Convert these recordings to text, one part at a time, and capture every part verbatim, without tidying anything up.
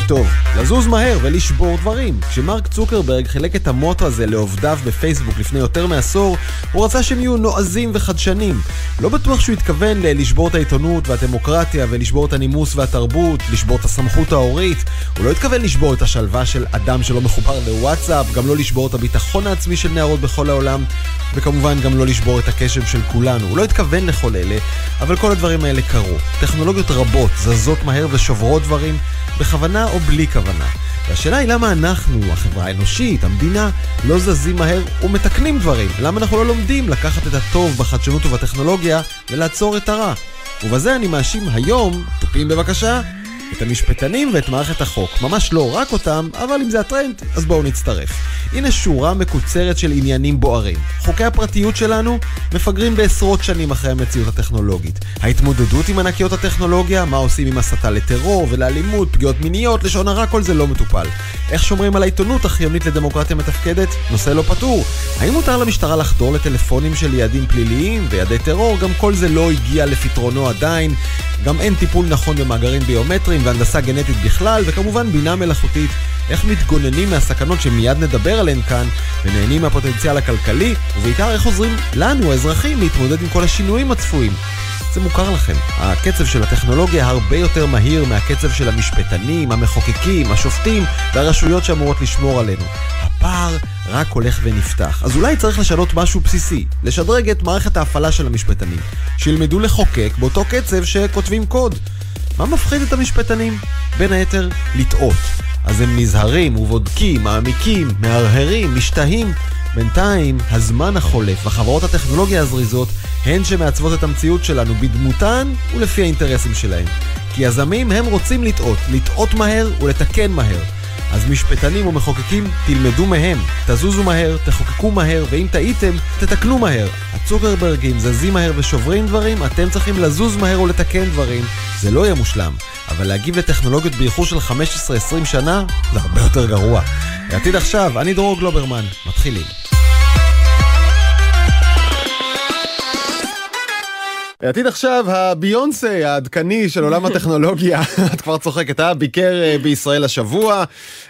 טוב, לזוז מהר ולשבור דברים. כשמרק צוקרברג חילק את המוטו הזה לעובדיו בפייסבוק לפני יותר מעשור, הוא רצה שהם יהיו נועזים וחדשנים. לא בטוח שהוא התכוון לשבור את העיתונות והדמוקרטיה ולשבור את הנימוס והתרבות, לשבור את הסמכות ההורית. הוא לא התכוון לשבור את השלווה של אדם שלא מחובר לוואטסאפ, גם לא לשבור את הביטחון העצמי של נערות בכל העולם, וכמובן גם לא לשבור את הקשב של כולנו. הוא לא התכוון לכל אלה, אבל כל הדברים האלה קרו. טכנולוגיות רבות זזות מהר ושוברות דברים, בכוונה או בלי כוונה. והשאלה היא למה אנחנו, החברה האנושית, המדינה, לא זזים מהר ומתקנים דברים. למה אנחנו לא לומדים לקחת את הטוב בחדשנות ובטכנולוגיה ולעצור את הרע? ובזה אני מאשים היום, טופים בבקשה, את המשפטנים ואת מערכת החוק. ממש לא רק אותם, אבל אם זה הטרנד, אז בואו נצטרף. הנה שורה מקוצרת של עניינים בוערים. חוקי הפרטיות שלנו מפגרים בעשרות שנים אחרי המציאות הטכנולוגית. ההתמודדות עם ענקיות הטכנולוגיה, מה עושים עם הסתה לטרור ולאלימות, פגיעות מיניות, לשון הרע, כל זה לא מטופל. איך שומרים על העיתונות החיונית לדמוקרטיה מתפקדת? נושא לא פתור. האם מותר למשטרה לחדור לטלפונים של יעדים פליליים ויעדי טרור? גם כל זה לא הגיע לפתרונו עדיין. גם אין טיפול נכון במאגרים ביומטריים והנדסה גנטית בכלל, וכמובן בינה מלאכותית. איך מתגוננים מהסכנות שמיד נדבר עליהן כאן, ונהנים מהפוטנציאל הכלכלי, ובעיקר איך עוזרים לנו, האזרחים, להתמודד עם כל השינויים הצפויים. זה מוכר לכם. הקצב של הטכנולוגיה הרבה יותר מהיר מהקצב של המשפטנים, המחוקקים, השופטים והרשויות שאמורות לשמור עלינו. הפער רק הולך ונפתח. אז אולי צריך לשנות משהו בסיסי, לשדרג את מערכת ההפעלה של המשפטנים, שילמדו לחוקק באותו קצב שכותבים קוד. מה מפחיד את המשפטנים? בין היתר, לטעות. אז הם נזהרים ובודקים, מעמיקים, מהרהרים, משתהים. בינתיים, הזמן החולף וחברות הטכנולוגיה הזריזות הן שמעצבות את המציאות שלנו בדמותן ולפי האינטרסים שלהם. כי יזמים הם רוצים לטעות, לטעות מהר ולתקן מהר. אז משפטנים ומחוקקים תלמדו מהם, תזוזו מהר, תחוקקו מהר, ואם טעיתם, תתקנו מהר. הצוקרברגים זזים מהר ושוברים דברים, אתם צריכים לזוז מהר ולתקן דברים. זה לא יהיה מושלם, אבל להגיב לטכנולוגיות באיחור של חמש עשרה עשרים שנה, זה הרבה יותר גרוע. עתיד עכשיו, אני דרור גלוברמן, מתחילים. עתיד עכשיו, הביונסה העדכני של עולם הטכנולוגיה, את כבר צוחקת, אה? ביקר בישראל השבוע.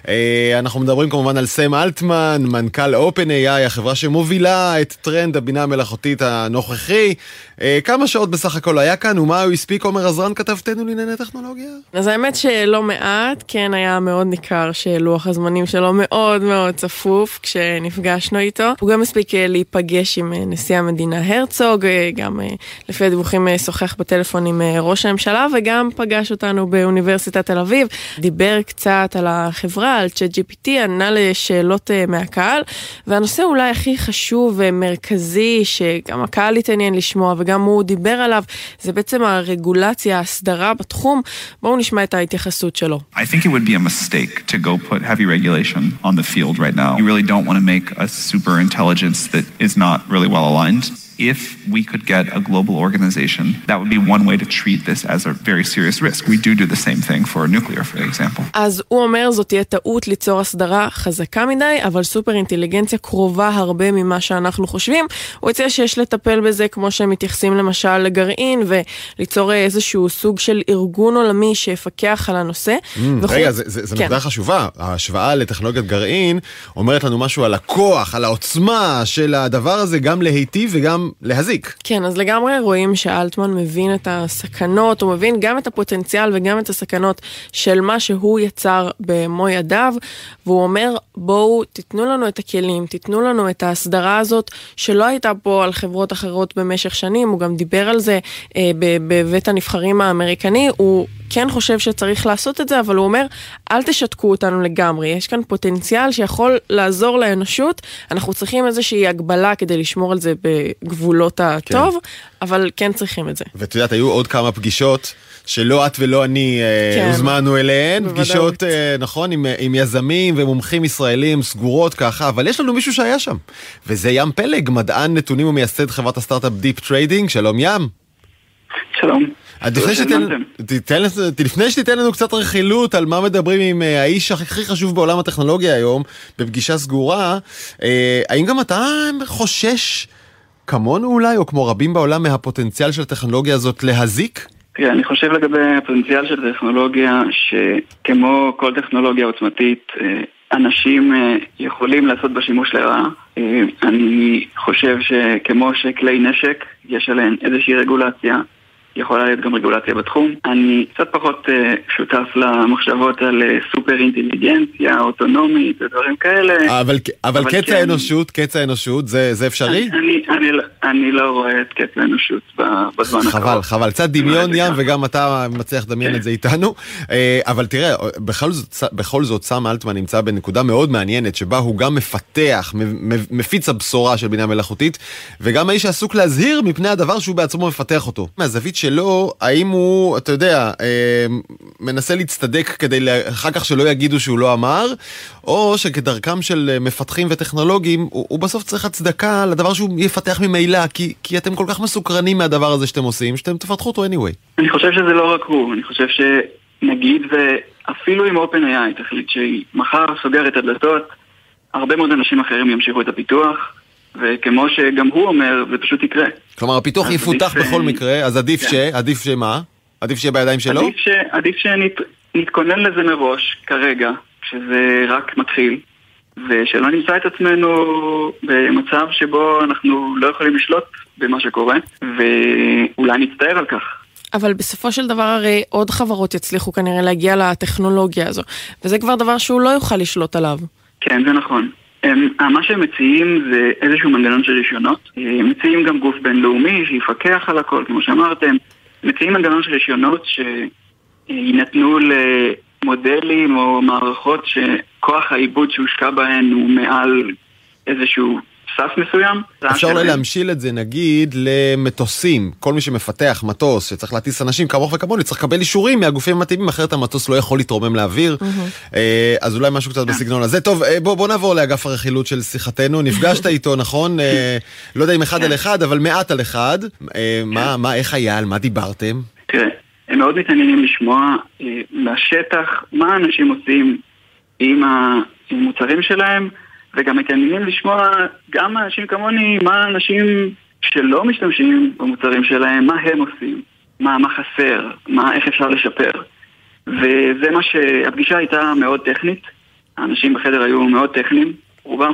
אנחנו מדברים כמובן על סם אלטמן, מנכ"ל OpenAI, החברה שמובילה את טרנד הבינה המלאכותית הנוכחי. כמה שעות בסך הכל היה כאן, ומה הוא הספיק? עומר עזרן כתבתנו לענייני טכנולוגיה? אז האמת שלא מעט, כן היה מאוד ניכר שלוח הזמנים שלו מאוד מאוד צפוף כשנפגשנו איתו. הוא גם הספיק להיפגש עם נשיא המדינה הרצוג, גם לפי הדיווחים שוחח בטלפון עם ראש הממשלה, וגם פגש אותנו באוניברסיטת תל אביב, דיבר קצת על החברה, על צ'אט ג'י פי טי, ענה לשאלות מהקהל, והנושא אולי הכי חשוב ומרכזי, שגם הקהל התעניין לשמוע, וגם הוא דיבר עליו, זה בעצם הרגולציה, ההסדרה בתחום. בואו נשמע את ההתייחסות שלו. I think it would be a mistake to go put heavy regulation on the field right now. You really don't want to make a super intelligence that is not really well aligned. If we could get a global organization, that would be one way to treat this as a very serious risk. We do do the same thing for nuclear, for example. אז הוא אומר, זאת תהיה טעות ליצור הסדרה חזקה מדי, אבל סופר אינטליגנציה קרובה הרבה ממה שאנחנו חושבים. הוא הציע שיש לטפל בזה כמו שהם מתייחסים למשל לגרעין, וליצור איזשהו סוג של ארגון עולמי שיפקח על הנושא. Mm, וחוץ... רגע, זה, זה, זה כן. נקודה חשובה. ההשוואה לטכנולוגיית גרעין אומרת לנו משהו על הכוח, על העוצמה של הדבר הזה, גם להיטיב וגם להזיק. כן, אז לגמרי רואים שאלטמן מבין את הסכנות, הוא מבין גם את הפוטנציאל וגם את הסכנות של מה שהוא יצר במו ידיו, והוא אומר, בואו תיתנו לנו את הכלים, תיתנו לנו את ההסדרה הזאת, שלא הייתה פה על חברות אחרות במשך שנים, הוא גם דיבר על זה אה, בבית הנבחרים האמריקני, הוא כן חושב שצריך לעשות את זה, אבל הוא אומר, אל תשתקו אותנו לגמרי, יש כאן פוטנציאל שיכול לעזור לאנושות, אנחנו צריכים איזושהי הגבלה כדי לשמור על זה בגבולות הטוב, כן. אבל כן צריכים את זה. ואת יודעת, היו עוד כמה פגישות, שלא את ולא אני כן. הוזמנו אליהן, בוודאות. פגישות, נכון, עם, עם יזמים ומומחים ישראלים סגורות ככה, אבל יש לנו מישהו שהיה שם, וזה ים פלג, מדען נתונים ומייסד חברת הסטארט-אפ דיפ טריידינג, שלום ים. שלום. לפני שתיתן, תיתן, לפני שתיתן לנו קצת רכילות על מה מדברים עם האיש הכי חשוב בעולם הטכנולוגיה היום, בפגישה סגורה, האם גם אתה חושש כמונו אולי, או כמו רבים בעולם, מהפוטנציאל של הטכנולוגיה הזאת להזיק? תראה, אני חושב לגבי הפוטנציאל של טכנולוגיה, שכמו כל טכנולוגיה עוצמתית, אנשים יכולים לעשות בשימוש לרעה. אני חושב שכמו שכלי נשק, יש עליהן איזושהי רגולציה, יכולה להיות גם רגולציה בתחום. אני קצת פחות uh, שותף למחשבות על uh, סופר אינטליגנציה, אוטונומית ודברים כאלה. אבל, אבל, אבל קץ כן, האנושות, קץ האנושות, זה, זה אפשרי? אני, אני, אני, אני לא רואה את קץ האנושות בזמן הקרוב. חבל, חבל. קצת דמיון ים, וגם אתה מצליח לדמיין את זה איתנו. אבל תראה, בכל זאת, בכל זאת סם אלטמן נמצא בנקודה מאוד מעניינת, שבה הוא גם מפתח, מפיץ הבשורה של בינה מלאכותית, וגם האיש שעסוק להזהיר מפני הדבר שהוא בעצמו מפתח אותו. מהזווית שלו, האם הוא, אתה יודע, מנסה להצטדק כדי אחר כך שלא יגידו שהוא לא אמר, או שכדרכם של מפתחים וטכנולוגים, הוא, הוא בסוף צריך הצדקה לדבר שהוא יפתח ממילא, כי, כי אתם כל כך מסוקרנים מהדבר הזה שאתם עושים, שאתם תפתחו אותו anyway. אני חושב שזה לא רק הוא, אני חושב שנגיד, ואפילו עם OpenAI תחליט שהיא מחר סוגרת את הדלתות, הרבה מאוד אנשים אחרים ימשיכו את הפיתוח, וכמו שגם הוא אומר, זה פשוט יקרה. כלומר, הפיתוח יפותח בכל מקרה, אז עדיף ש... עדיף שמה? עדיף שיהיה בידיים שלו? עדיף שנתכונן לזה מראש, כרגע, כשזה רק מתחיל, ושלא נמצא את עצמנו במצב שבו אנחנו לא יכולים לשלוט במה שקורה, ואולי נצטער על כך. אבל בסופו של דבר הרי עוד חברות יצליחו כנראה להגיע לטכנולוגיה הזו, וזה כבר דבר שהוא לא יוכל לשלוט עליו. כן, זה נכון. הם, מה שהם מציעים זה איזשהו מנגנון של רישיונות. הם מציעים גם גוף בינלאומי שיפקח על הכל, כמו שאמרתם. מציעים מנגנון של רישיונות שיינתנו למודלים או מערכות שכוח העיבוד שהושקע בהן הוא מעל איזשהו סף מסוים. אפשר אולי להמשיל את זה, נגיד, למטוסים. כל מי שמפתח מטוס שצריך להטיס אנשים כמוך וכמוני, צריך לקבל אישורים מהגופים המתאימים, אחרת המטוס לא יכול להתרומם לאוויר. אז אולי משהו קצת בסגנון הזה. טוב, בוא נעבור לאגף הרכילות של שיחתנו. נפגשת איתו, נכון? לא יודע אם אחד על אחד, אבל מעט על אחד. מה, איך היה? על מה דיברתם? תראה, הם מאוד מתעניינים לשמוע לשטח מה אנשים עושים עם המוצרים שלהם, וגם מתעניינים לשמוע גם אנשים כמוני, מה אנשים שלא משתמשים במוצרים שלהם, מה הם עושים, מה, מה חסר, מה, איך אפשר לשפר. וזה מה שהפגישה הייתה מאוד טכנית, האנשים בחדר היו מאוד טכניים, רובם,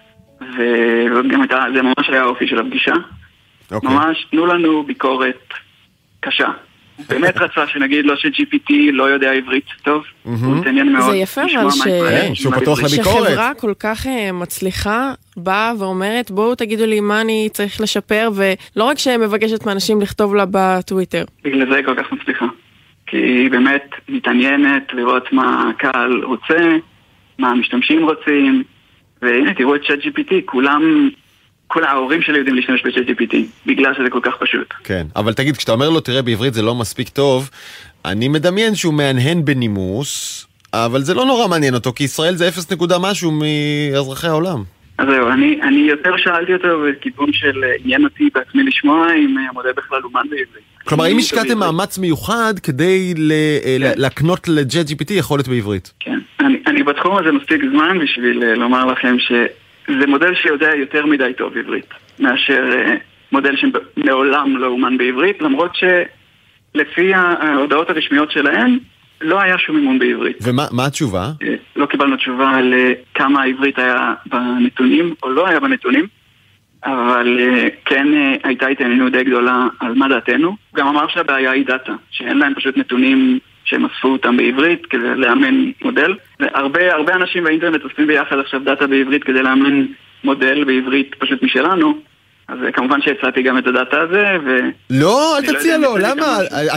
וגם הייתה, זה ממש היה האופי של הפגישה. Okay. ממש תנו לנו ביקורת קשה. באמת רצה שנגיד לו ש-ג'י פי טי לא יודע עברית טוב, הוא מתעניין מאוד. זה יפה אבל שהוא פתוח לביקורת. שחברה כל כך מצליחה באה ואומרת בואו תגידו לי מה אני צריך לשפר, ולא רק שמבקשת מאנשים לכתוב לה בטוויטר. בגלל זה היא כל כך מצליחה, כי היא באמת מתעניינת לראות מה הקהל רוצה, מה המשתמשים רוצים, והנה תראו את צ'אט ג'י פי טי, כולם... כל ההורים שלי יודעים להשתמש ב-צ'אט ג'י פי טי, בגלל שזה כל כך פשוט. כן, אבל תגיד, כשאתה אומר לו, תראה, בעברית זה לא מספיק טוב, אני מדמיין שהוא מענהן בנימוס, אבל זה לא נורא מעניין אותו, כי ישראל זה אפס נקודה משהו מאזרחי העולם. אז זהו, אני, אני יותר שאלתי אותו בכיוון של עניין אותי בעצמי לשמוע, אם המודל בכלל אומן בעברית. כלומר, אם השקעתם מאמץ מיוחד כדי להקנות ל-צ'אט ג'י פי טי יכולת בעברית. כן, אני, אני בתחום הזה מספיק זמן בשביל לומר לכם ש... זה מודל שיודע יותר מדי טוב בעברית, מאשר uh, מודל שמעולם לא אומן בעברית, למרות שלפי ההודעות הרשמיות שלהם, לא היה שום אימון בעברית. ומה התשובה? Uh, לא קיבלנו תשובה על uh, כמה העברית היה בנתונים, או לא היה בנתונים, אבל uh, כן uh, הייתה התעניינות די גדולה על מה דעתנו. גם אמר שהבעיה היא דאטה, שאין להם פשוט נתונים שהם אספו אותם בעברית כדי לאמן מודל. והרבה, הרבה אנשים באינטרנט עושים ביחד עכשיו דאטה בעברית כדי לאמן מודל בעברית פשוט משלנו. אז כמובן שהצעתי גם את הדאטה הזה, ו... לא, אל תציע לו, למה?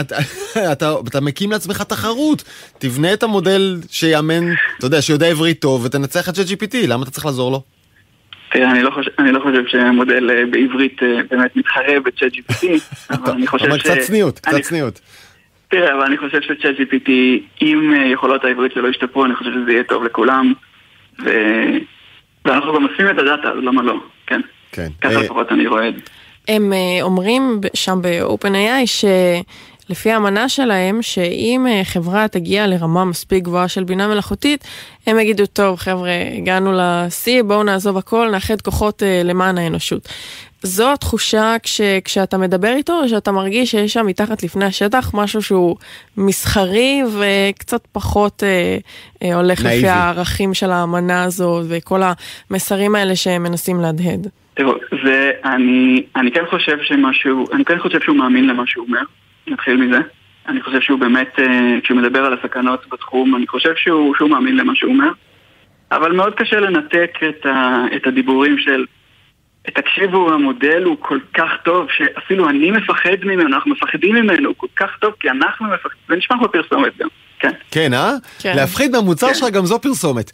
אתה מקים לעצמך תחרות. תבנה את המודל שיאמן, אתה יודע, שיודע עברית טוב, ותנצח את צ'אט ג'י פי טי. למה אתה צריך לעזור לו? תראה, אני לא חושב, אני לא חושב שהמודל בעברית באמת מתחרה בצ'אט ג'י פי טי, אבל אני חושב ש... אבל קצת צניעות, קצת צניעות. תראה, אבל אני חושב שצ'אט ג'י פי טי, אם יכולות העברית שלא ישתפרו, אני חושב שזה יהיה טוב לכולם, ו... ואנחנו גם עושים את הדאטה, אז למה לא? כן. כן. ככה לפחות אני רואה את זה. הם אומרים שם ב-OpenAI לפי האמנה שלהם, שאם חברה תגיע לרמה מספיק גבוהה של בינה מלאכותית, הם יגידו, טוב חבר'ה, הגענו ל-C, בואו נעזוב הכל, נאחד כוחות למען האנושות. זו התחושה כש, כשאתה מדבר איתו, או שאתה מרגיש שיש שם מתחת לפני השטח משהו שהוא מסחרי וקצת פחות אה, אה, הולך נאיבי. לפי הערכים של האמנה הזו וכל המסרים האלה שהם מנסים להדהד. תראו, זה, אני, אני כן חושב שמשהו, אני כן חושב שהוא מאמין למה שהוא אומר, נתחיל מזה. אני חושב שהוא באמת, אה, כשהוא מדבר על הסכנות בתחום, אני חושב שהוא, שהוא מאמין למה שהוא אומר, אבל מאוד קשה לנתק את, ה, את הדיבורים של תקשיבו, המודל הוא כל כך טוב שאפילו אני מפחד ממנו, אנחנו מפחדים ממנו, הוא כל כך טוב כי אנחנו מפחדים, זה נשמע כמו פרסומת גם, כן. כן, אה? כן. להפחיד מהמוצר כן. שלך גם זו פרסומת.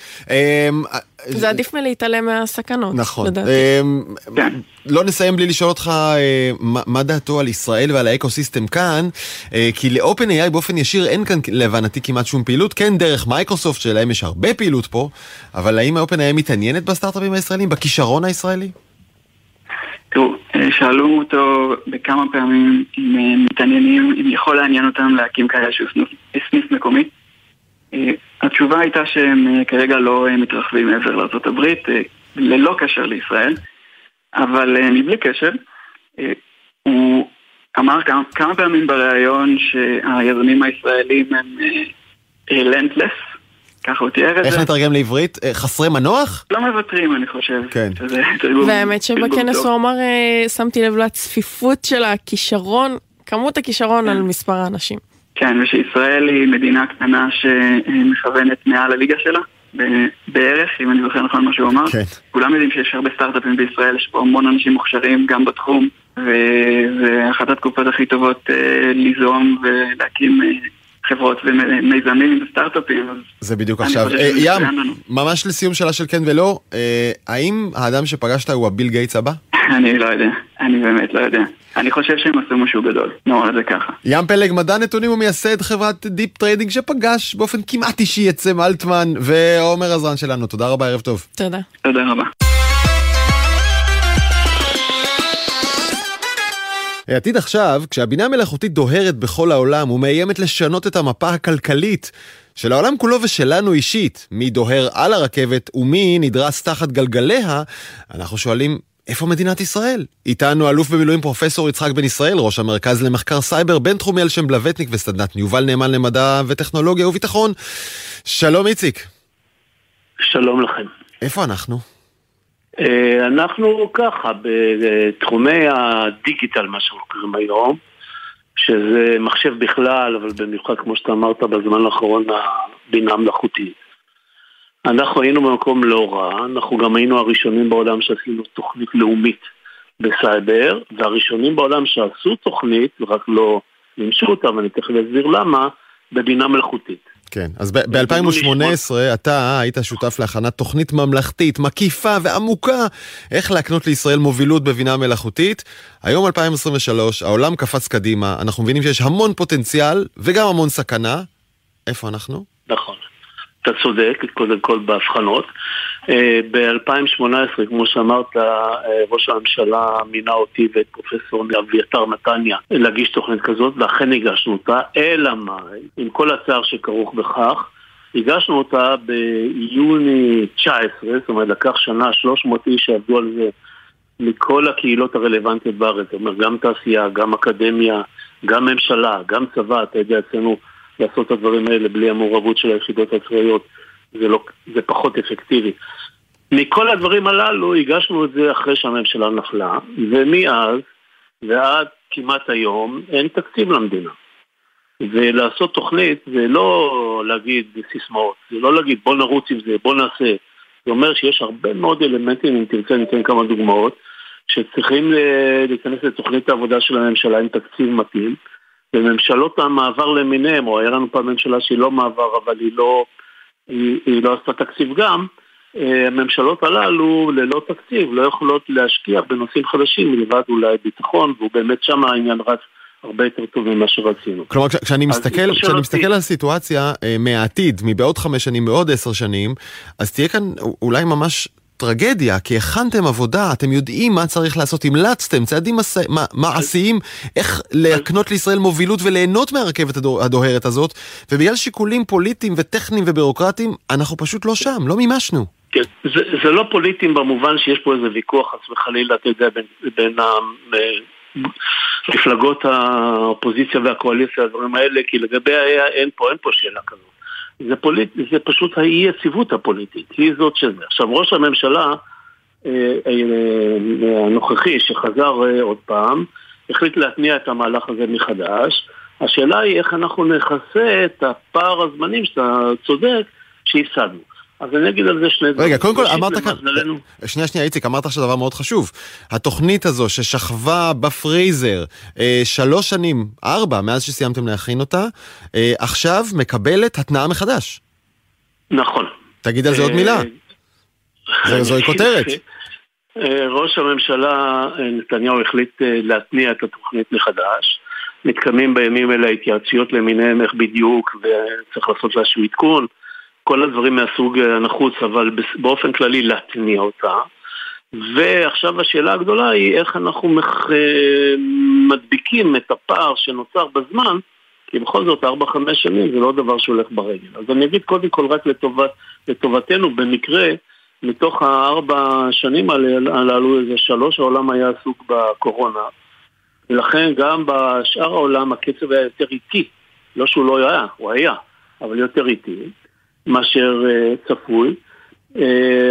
זה עדיף מלהתעלם מהסכנות, נכון. לדעתי. כן. לא נסיים בלי לשאול אותך מה דעתו על ישראל ועל האקוסיסטם כאן, כי ל-Open איי איי באופן ישיר אין כאן להבנתי כמעט שום פעילות, כן דרך מייקרוסופט שלהם יש הרבה פעילות פה, אבל האם ה-Open איי איי מתעניינת בסטארט-אפים הישראלים, בכישרון הישראלי? תראו, שאלו אותו בכמה פעמים אם מתעניינים, אם יכול לעניין אותם להקים כאלה שהוא סניף מקומי. התשובה הייתה שהם כרגע לא מתרחבים מעבר לארצות הברית, ללא קשר לישראל, אבל מבלי קשר, הוא אמר כמה, כמה פעמים בראיון שהיזמים הישראלים הם relentless, ככה הוא תיאר את זה. איך נתרגם לעברית? חסרי מנוח? לא מוותרים, אני חושב. כן. והאמת שבכנס הוא אמר, שמתי לב לצפיפות של הכישרון, כמות הכישרון על מספר האנשים. כן, ושישראל היא מדינה קטנה שמכוונת מעל הליגה שלה, בערך, אם אני זוכר נכון מה שהוא אמר. כולם יודעים שיש הרבה סטארט-אפים בישראל, יש פה המון אנשים מוכשרים גם בתחום, ואחת התקופות הכי טובות ליזום ולהקים חברות ומיזמים וסטארט-אפים. זה בדיוק עכשיו. ים, ממש לסיום שאלה של כן ולא, האם האדם שפגשת הוא הביל גייטס הבא? אני לא יודע, אני באמת לא יודע. אני חושב שהם עשו משהו גדול, נורא זה ככה. ים פלג, מדע נתונים ומייסד חברת דיפ טריידינג שפגש באופן כמעט אישי את סם אלטמן ועומר עזרן שלנו. תודה רבה, ערב טוב. תודה. תודה רבה. העתיד עכשיו, כשהבינה המלאכותית דוהרת בכל העולם ומאיימת לשנות את המפה הכלכלית של העולם כולו ושלנו אישית, מי דוהר על הרכבת ומי נדרס תחת גלגליה, אנחנו שואלים, איפה מדינת ישראל? איתנו אלוף במילואים פרופסור יצחק בן ישראל, ראש המרכז למחקר סייבר בין תחומי על שם בלווטניק וסדנת יובל נאמן למדע וטכנולוגיה וביטחון. שלום איציק. שלום לכם. איפה אנחנו? אנחנו ככה, בתחומי הדיגיטל, מה שאנחנו קוראים היום, שזה מחשב בכלל, אבל במיוחד כמו שאתה אמרת בזמן האחרון, הבינה המלאכותית. אנחנו היינו במקום לא רע, אנחנו גם היינו הראשונים בעולם שעשינו תוכנית לאומית בסייבר, והראשונים בעולם שעשו תוכנית, ורק לא נמשו אותה, ואני תכף להסביר למה, בבינה מלאכותית. כן, אז ב-אלפיים ושמונה עשרה אתה היית שותף להכנת תוכנית ממלכתית, מקיפה ועמוקה, איך להקנות לישראל מובילות בבינה מלאכותית. היום אלפיים עשרים ושלוש, העולם קפץ קדימה, אנחנו מבינים שיש המון פוטנציאל וגם המון סכנה. איפה אנחנו? נכון. אתה צודק, קודם כל בהבחנות. ב-אלפיים שמונה עשרה, כמו שאמרת, ראש הממשלה מינה אותי ואת פרופסור אביתר נתניה להגיש תוכנית כזאת, ואכן הגשנו אותה, אלא מה, עם כל הצער שכרוך בכך, הגשנו אותה ביוני תשע עשרה, זאת אומרת, לקח שנה, שלוש מאות איש שעבדו על זה מכל הקהילות הרלוונטיות בארץ, זאת אומרת, גם תעשייה, גם אקדמיה, גם ממשלה, גם צבא, אתה יודע, אצלנו לעשות את הדברים האלה בלי המעורבות של היחידות הצבאיות, זה, לא, זה פחות אפקטיבי. מכל הדברים הללו הגשנו את זה אחרי שהממשלה נפלה, ומאז ועד כמעט היום אין תקציב למדינה. ולעשות תוכנית זה לא להגיד סיסמאות, זה לא להגיד בוא נרוץ עם זה, בוא נעשה. זה אומר שיש הרבה מאוד אלמנטים, אם תרצה ניתן כמה דוגמאות, שצריכים להיכנס לתוכנית העבודה של הממשלה עם תקציב מתאים, וממשלות המעבר למיניהם, או היה לנו פעם ממשלה שהיא לא מעבר, אבל היא לא, היא, היא לא עשתה תקציב גם, הממשלות הללו ללא תקציב לא יכולות להשקיע בנושאים חדשים, מלבד אולי ביטחון, והוא באמת שם העניין רץ הרבה יותר טוב ממה שרצינו. כלומר, כשאני מסתכל, כשאני מסתכל על הסיטואציה מהעתיד, מבעוד חמש שנים, בעוד עשר שנים, אז תהיה כאן אולי ממש טרגדיה, כי הכנתם עבודה, אתם יודעים מה צריך לעשות, המלצתם, צעדים מעשיים, איך להקנות לישראל מובילות וליהנות מהרכבת הדוהרת הזאת, ובגלל שיקולים פוליטיים וטכניים ובירוקרטיים, אנחנו פשוט לא שם, לא מימשנו. כן, זה, זה לא פוליטיים במובן שיש פה איזה ויכוח, אז וחלילה, אתה יודע, בין, בין המפלגות האופוזיציה והקואליציה, הדברים האלה, כי לגבי אין פה, אין פה שאלה כזאת. זה, פוליט, זה פשוט האי יציבות הפוליטית, היא זאת שזה. עכשיו, ראש הממשלה אה, אה, הנוכחי שחזר אה, עוד פעם, החליט להתניע את המהלך הזה מחדש. השאלה היא איך אנחנו נכסה את הפער הזמנים שאתה צודק שהפסדנו. אז אני אגיד על זה שני דברים. רגע, קודם כל אמרת כאן, שנייה שנייה איציק, אמרת עכשיו דבר מאוד חשוב. התוכנית הזו ששכבה בפריזר אה, שלוש שנים, ארבע, מאז שסיימתם להכין אותה, אה, עכשיו מקבלת התנאה מחדש. נכון. תגיד על זה עוד מילה. זוהי כותרת. ראש הממשלה נתניהו החליט להתניע את התוכנית מחדש. מתקיימים בימים אלה התייעצויות למיניהם איך בדיוק, וצריך לעשות לה שהוא עדכון. כל הדברים מהסוג הנחוץ, אבל באופן כללי להתניע אותה. ועכשיו השאלה הגדולה היא איך אנחנו מח... מדביקים את הפער שנוצר בזמן, כי בכל זאת ארבע חמש שנים זה לא דבר שהולך ברגל. אז אני אגיד קודם כל רק לטובת, לטובתנו, במקרה, מתוך הארבע שנים הללו, איזה שלוש, העולם היה עסוק בקורונה, ולכן גם בשאר העולם הקצב היה יותר איטי, לא שהוא לא היה, הוא היה, אבל יותר איטי. מאשר uh, צפוי, uh,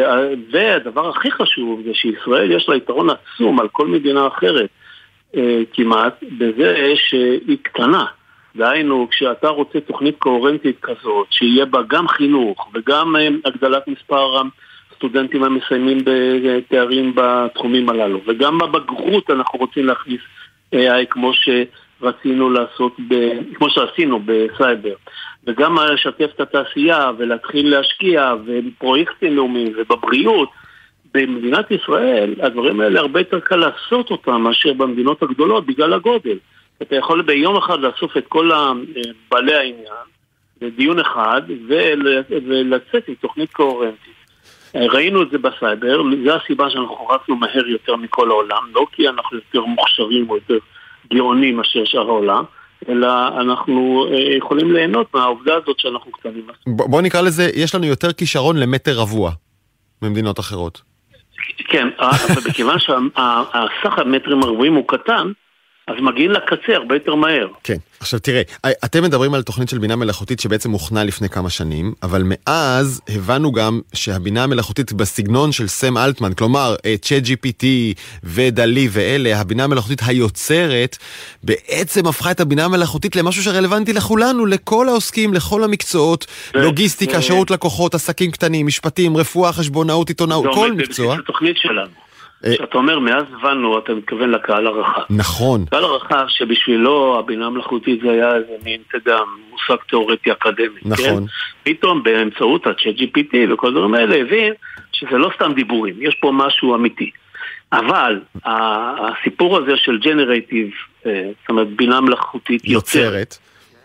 והדבר הכי חשוב זה שישראל יש לה יתרון עצום על כל מדינה אחרת uh, כמעט, בזה שהיא קטנה. דהיינו, כשאתה רוצה תוכנית קוהרנטית כזאת, שיהיה בה גם חינוך וגם uh, הגדלת מספר הסטודנטים המסיימים בתארים בתחומים הללו, וגם בבגרות אנחנו רוצים להכניס איי איי כמו שרצינו לעשות, ב, כמו שעשינו בסייבר, וגם לשתף את התעשייה ולהתחיל להשקיע בפרויקטים לאומיים ובבריאות. במדינת ישראל הדברים האלה הרבה יותר קל לעשות אותם מאשר במדינות הגדולות בגלל הגודל. אתה יכול ביום אחד לאסוף את כל בעלי העניין לדיון אחד ולצאת עם תוכנית קוהרנטית. ראינו את זה בסייבר, זו הסיבה שאנחנו רצנו מהר יותר מכל העולם, לא כי אנחנו יותר מוכשרים או יותר גאונים מאשר שאר העולם, אלא אנחנו יכולים ליהנות מהעובדה הזאת שאנחנו קטנים. בוא נקרא לזה, יש לנו יותר כישרון למטר רבוע ממדינות אחרות. כן, אבל בכיוון שהסך המטרים הרבועים הוא קטן, אז מגיעים לקצה הרבה יותר מהר. כן, עכשיו תראה, אתם מדברים על תוכנית של בינה מלאכותית שבעצם הוכנה לפני כמה שנים, אבל מאז הבנו גם שהבינה המלאכותית בסגנון של סם אלטמן, כלומר, צ'אט ג'י פי טי ודלי ואלה, הבינה המלאכותית היוצרת, בעצם הפכה את הבינה המלאכותית למשהו שרלוונטי לכולנו, לכל העוסקים, לכל המקצועות, לוגיסטיקה, שירות לקוחות, עסקים קטנים, משפטים, רפואה, חשבונאות, עיתונאות, כל מקצוע. זה התוכנית שלנו. כשאתה אומר, מאז הבנו, אתה מתכוון לקהל הרחב. נכון. קהל הרחב שבשבילו הבינה המלאכותית זה היה איזה מין, אתה יודע, מושג תיאורטי אקדמי. נכון. פתאום באמצעות ה-צ'אט ג'י פי טי וכל דברים האלה הבין שזה לא סתם דיבורים, יש פה משהו אמיתי. אבל הסיפור הזה של ג'נרייטיב, זאת אומרת, בינה מלאכותית יוצרת,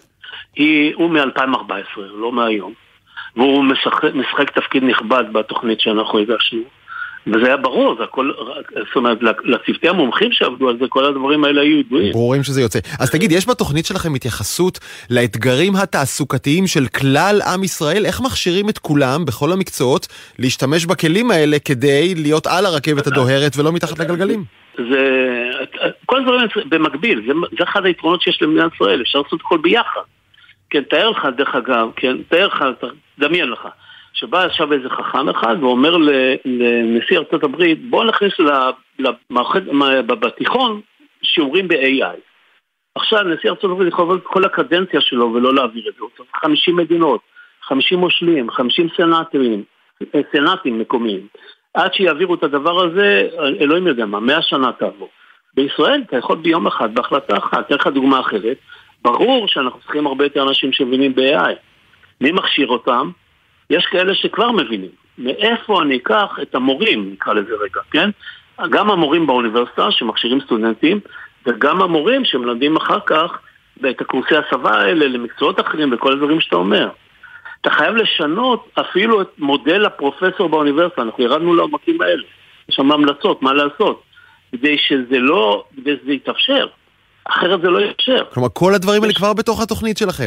הוא מ-אלפיים וארבע עשרה, לא מהיום. והוא משחק תפקיד נכבד בתוכנית שאנחנו הגשנו. וזה היה ברור, זה הכל, זאת אומרת, לצוותי המומחים שעבדו על זה, כל הדברים האלה היו ידועים. ברורים שזה יוצא. אז תגיד, יש בתוכנית שלכם התייחסות לאתגרים התעסוקתיים של כלל עם ישראל? איך מכשירים את כולם, בכל המקצועות, להשתמש בכלים האלה כדי להיות על הרכבת הדוהרת ולא מתחת לגלגלים? זה, כל הדברים במקביל, זה, זה אחד היתרונות שיש למדינת ישראל, אפשר לעשות הכל ביחד. כן, תאר לך, דרך אגב, כן, תאר לך, דמיין לך. שבא עכשיו איזה חכם אחד ואומר לנשיא ארצות הברית, בואו נכניס למערכת, בתיכון שיעורים ב-איי איי. עכשיו נשיא ארצות הברית יכול לעבוד כל הקדנציה שלו ולא להעביר את זה. הוא צריך חמישים מדינות, חמישים מושלים, חמישים סנאטרים, סנאטים מקומיים. עד שיעבירו את הדבר הזה, אלוהים יודע מה, מאה שנה תעבור. בישראל אתה יכול ביום אחד, בהחלטה אחת, תהיה לך דוגמה אחרת, ברור שאנחנו צריכים הרבה יותר אנשים שמבינים ב-איי איי. מי מכשיר אותם? יש כאלה שכבר מבינים. מאיפה אני אקח את המורים, נקרא לזה רגע, כן? גם המורים באוניברסיטה שמכשירים סטודנטים, וגם המורים שמלמדים אחר כך את הקורסי הסבה האלה למקצועות אחרים וכל הדברים שאתה אומר. אתה חייב לשנות אפילו את מודל הפרופסור באוניברסיטה, אנחנו ירדנו לעומקים האלה, יש שם המלצות, מה לעשות, כדי שזה לא, כדי שזה יתאפשר, אחרת זה לא יתאפשר. כלומר, כל הדברים האלה כבר בתוך התוכנית שלכם.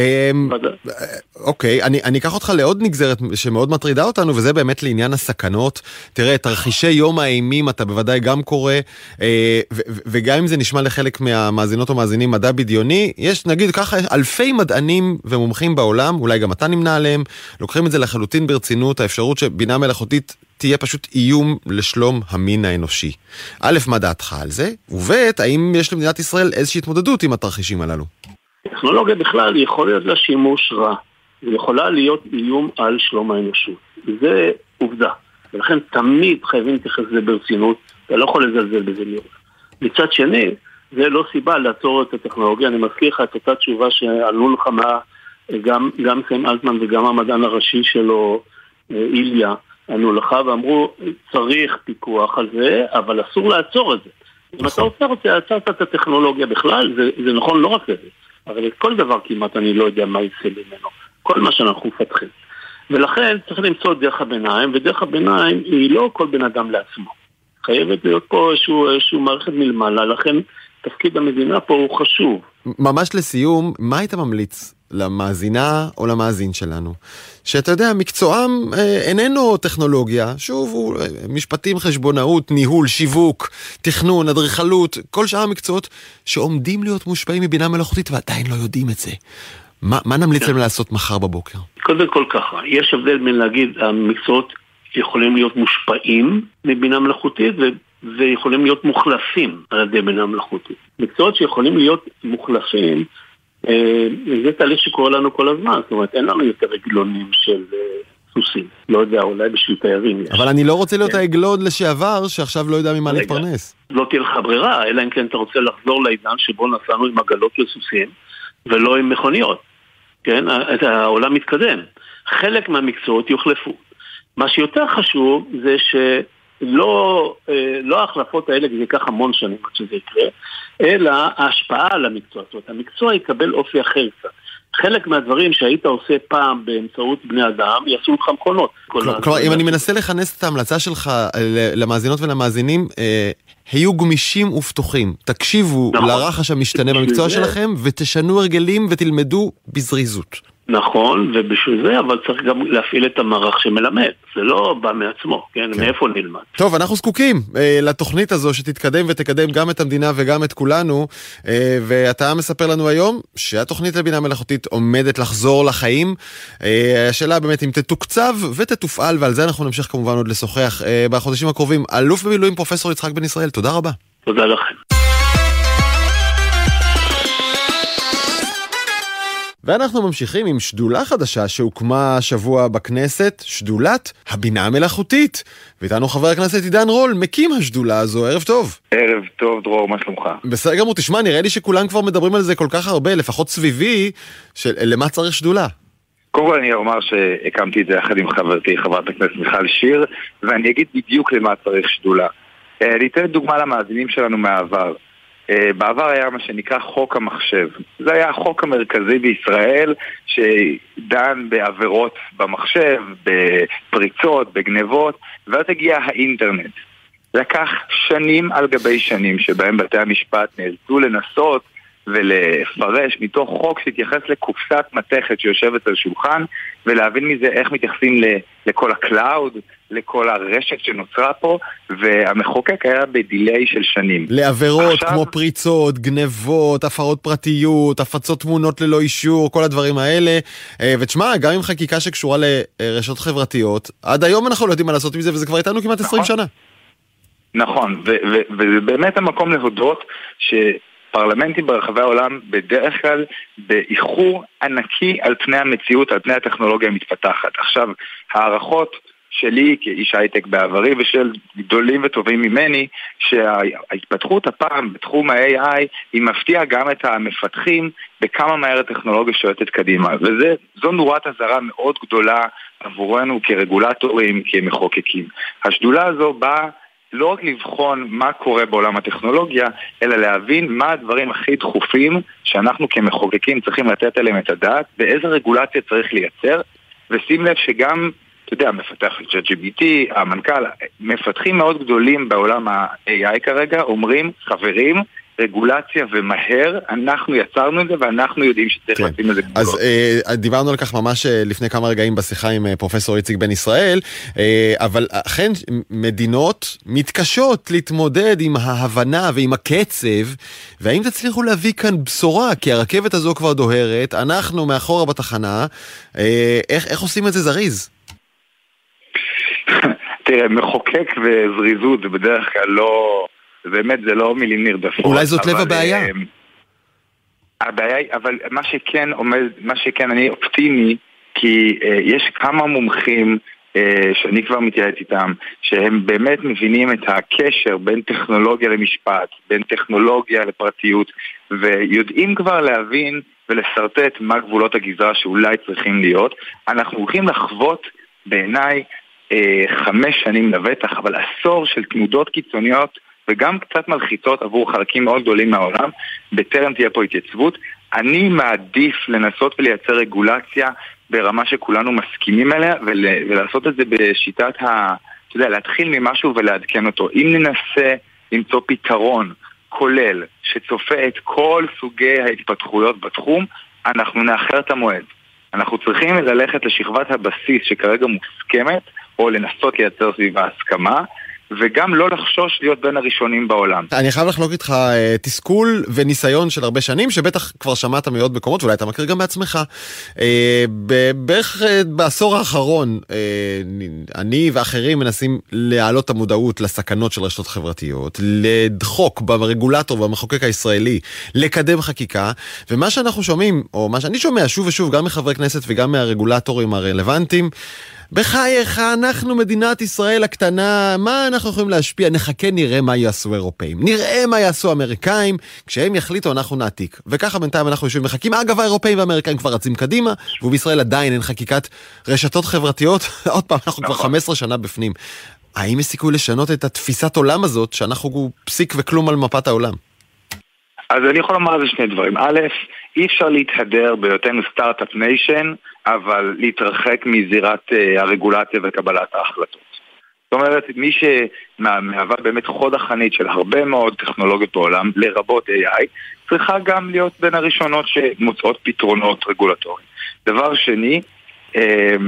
אוקיי, אני אקח אותך לעוד נגזרת שמאוד מטרידה אותנו, וזה באמת לעניין הסכנות. תראה, תרחישי יום האימים אתה בוודאי גם קורא, וגם אם זה נשמע לחלק מהמאזינות או מאזינים מדע בדיוני, יש נגיד ככה אלפי מדענים ומומחים בעולם, אולי גם אתה נמנה עליהם, לוקחים את זה לחלוטין ברצינות, האפשרות שבינה מלאכותית תהיה פשוט איום לשלום המין האנושי. א', מה דעתך על זה? וב', האם יש למדינת ישראל איזושהי התמודדות עם התרחישים הללו? טכנולוגיה בכלל יכול להיות לה שימוש רע. היא יכולה להיות איום על שלום האנושות. זה עובדה. ולכן תמיד חייבים להתייחס לזה ברצינות. אתה לא יכול לזלזל בזה לראות. מצד שני, זה לא סיבה לעצור את הטכנולוגיה. אני מזכיר לך את אותה תשובה שענו לך מה, גם, גם סיים אלטמן וגם המדען הראשי שלו, איליה, ענו לך ואמרו, צריך פיקוח על זה, אבל אסור לעצור את זה. אם אתה רוצה, רוצה, עצרת את הטכנולוגיה בכלל, זה, זה נכון לא רק לזה, אבל כל דבר כמעט אני לא יודע מה יצא ממנו. כל מה שאנחנו מפתחים. ולכן צריך למצוא את דרך הביניים, ודרך הביניים היא לא כל בן אדם לעצמו. חייבת להיות פה איזשהו, איזשהו מערכת מלמעלה, לכן תפקיד המדינה פה הוא חשוב. ממש לסיום, מה היית ממליץ למאזינה או למאזין שלנו? שאתה יודע, מקצועם אה, איננו טכנולוגיה, שוב, הוא, אה, משפטים, חשבונאות, ניהול, שיווק, תכנון, אדריכלות, כל שאר המקצועות שעומדים להיות מושפעים מבינה מלאכותית ועדיין לא יודעים את זה. מה, מה נמליץ להם לעשות מחר בבוקר? קודם כל ככה, יש הבדל בין להגיד, המקצועות יכולים להיות מושפעים מבינה מלאכותית ו... ויכולים להיות מוחלפים על ידי בינה מלאכותית. מקצועות שיכולים להיות מוחלפים, זה תהליך שקורה לנו כל הזמן, זאת אומרת, אין לנו יותר עגלונים של סוסים, לא יודע, אולי בשביל תיירים יש. אבל אני לא רוצה להיות העגלון לשעבר, שעכשיו לא יודע ממה להתפרנס. לא תהיה לך ברירה, אלא אם כן אתה רוצה לחזור לעידן שבו נסענו עם עגלות לסוסים, ולא עם מכוניות. כן, העולם מתקדם. חלק מהמקצועות יוחלפו. מה שיותר חשוב זה ש... לא, לא ההחלפות האלה, כי זה ייקח המון שנים עד שזה יקרה, אלא ההשפעה על המקצוע. זאת אומרת, המקצוע יקבל אופי אחר קצת. חלק מהדברים שהיית עושה פעם באמצעות בני אדם, יעשו לך מכונות. כלומר, אם אני מנסה לכנס את ההמלצה שלך למאזינות ולמאזינים, היו גמישים ופתוחים. תקשיבו לרחש המשתנה במקצוע שלכם, ותשנו הרגלים ותלמדו בזריזות. נכון, ובשביל זה, אבל צריך גם להפעיל את המערך שמלמד. זה לא בא מעצמו, כן? כן. מאיפה נלמד? טוב, אנחנו זקוקים אה, לתוכנית הזו שתתקדם ותקדם גם את המדינה וגם את כולנו, אה, ואתה מספר לנו היום שהתוכנית לבינה מלאכותית עומדת לחזור לחיים. אה, השאלה באמת אם תתוקצב ותתופעל, ועל זה אנחנו נמשיך כמובן עוד לשוחח אה, בחודשים הקרובים. אלוף במילואים פרופסור יצחק בן ישראל, תודה רבה. תודה לכם. ואנחנו ממשיכים עם שדולה חדשה שהוקמה השבוע בכנסת, שדולת הבינה המלאכותית. ואיתנו חבר הכנסת עידן רול, מקים השדולה הזו. ערב טוב. ערב טוב, דרור, מה שלומך? בסדר גמור, תשמע, נראה לי שכולם כבר מדברים על זה כל כך הרבה, לפחות סביבי, של למה צריך שדולה. קודם כל אני אומר שהקמתי את זה יחד עם חברתי, חברת הכנסת מיכל שיר, ואני אגיד בדיוק למה צריך שדולה. ניתן דוגמה למאזינים שלנו מהעבר. בעבר היה מה שנקרא חוק המחשב. זה היה החוק המרכזי בישראל שדן בעבירות במחשב, בפריצות, בגנבות, ואז הגיע האינטרנט. לקח שנים על גבי שנים שבהם בתי המשפט נאלצו לנסות ולפרש מתוך חוק שהתייחס לקופסת מתכת שיושבת על שולחן, ולהבין מזה איך מתייחסים לכל הקלאוד, לכל הרשת שנוצרה פה, והמחוקק היה בדילי של שנים. לעבירות עכשיו... כמו פריצות, גנבות, הפרות פרטיות, הפצות תמונות ללא אישור, כל הדברים האלה. ותשמע, גם עם חקיקה שקשורה לרשתות חברתיות, עד היום אנחנו לא יודעים מה לעשות עם זה, וזה כבר איתנו כמעט עשרים שנה. נכון, וזה באמת המקום להודות ש... פרלמנטים ברחבי העולם בדרך כלל באיחור ענקי על פני המציאות, על פני הטכנולוגיה המתפתחת. עכשיו, הערכות שלי כאיש הייטק בעברי ושל גדולים וטובים ממני, שההתפתחות הפעם בתחום ה-איי איי היא מפתיעה גם את המפתחים בכמה מהר הטכנולוגיה שועטת קדימה. וזו נורת אזהרה מאוד גדולה עבורנו כרגולטורים, כמחוקקים. השדולה הזו באה לא רק לבחון מה קורה בעולם הטכנולוגיה, אלא להבין מה הדברים הכי דחופים שאנחנו כמחוקקים צריכים לתת עליהם את הדעת, ואיזה רגולציה צריך לייצר, ושים לב שגם, אתה יודע, מפתח של צ'אט ג'י פי טי, המנכ"ל, מפתחים מאוד גדולים בעולם ה-איי איי כרגע, אומרים, חברים, רגולציה ומהר, אנחנו יצרנו את זה ואנחנו יודעים שצריך לשים את זה גבולות. אז אה, דיברנו על כך ממש לפני כמה רגעים בשיחה עם פרופסור איציק בן ישראל, אה, אבל אכן מדינות מתקשות להתמודד עם ההבנה ועם הקצב, והאם תצליחו להביא כאן בשורה, כי הרכבת הזו כבר דוהרת, אנחנו מאחורה בתחנה, אה, איך, איך עושים את זה זריז? תראה, מחוקק וזריזות זה בדרך כלל לא... באמת זה לא מילים נרדפות. אולי זאת לב הבעיה. הבעיה היא, אבל מה שכן עומד, מה שכן אני אופטימי, כי אה, יש כמה מומחים אה, שאני כבר מתייעץ איתם, שהם באמת מבינים את הקשר בין טכנולוגיה למשפט, בין טכנולוגיה לפרטיות, ויודעים כבר להבין ולסרטט מה גבולות הגזרה שאולי צריכים להיות. אנחנו הולכים לחוות בעיניי אה, חמש שנים לבטח, אבל עשור של תנודות קיצוניות, וגם קצת מלחיצות עבור חלקים מאוד גדולים מהעולם, בטרם תהיה פה התייצבות. אני מעדיף לנסות ולייצר רגולציה ברמה שכולנו מסכימים אליה, ולעשות את זה בשיטת ה... אתה יודע, להתחיל ממשהו ולעדכן אותו. אם ננסה למצוא פתרון כולל, שצופה את כל סוגי ההתפתחויות בתחום, אנחנו נאחר את המועד. אנחנו צריכים ללכת לשכבת הבסיס שכרגע מוסכמת, או לנסות לייצר סביבה הסכמה, וגם לא לחשוש להיות בין הראשונים בעולם. אני חייב לחלוק איתך תסכול וניסיון של הרבה שנים, שבטח כבר שמעת מעוד מקומות, ואולי אתה מכיר גם בעצמך. בערך בעשור האחרון, אני ואחרים מנסים להעלות את המודעות לסכנות של רשתות חברתיות, לדחוק ברגולטור ובמחוקק הישראלי, לקדם חקיקה, ומה שאנחנו שומעים, או מה שאני שומע שוב ושוב, גם מחברי כנסת וגם מהרגולטורים הרלוונטיים, בחייך, אנחנו מדינת ישראל הקטנה, מה אנחנו יכולים להשפיע? נחכה, נראה מה יעשו אירופאים. נראה מה יעשו אמריקאים, כשהם יחליטו אנחנו נעתיק. וככה בינתיים אנחנו יושבים מחכים. אגב, האירופאים והאמריקאים כבר רצים קדימה, ובישראל עדיין אין חקיקת רשתות חברתיות. עוד פעם, אנחנו כבר חמש עשרה שנה בפנים. האם יש סיכוי לשנות את התפיסת עולם הזאת, שאנחנו פסיק וכלום על מפת העולם? אז אני יכול לומר על זה שני דברים. א', אי אפשר להתהדר בהיותנו סטארט-אפ ניישן, אבל להתרחק מזירת uh, הרגולציה וקבלת ההחלטות. זאת אומרת, מי שמהווה באמת חוד החנית של הרבה מאוד טכנולוגיות בעולם, לרבות איי איי, צריכה גם להיות בין הראשונות שמוצאות פתרונות רגולטוריים. דבר שני, um,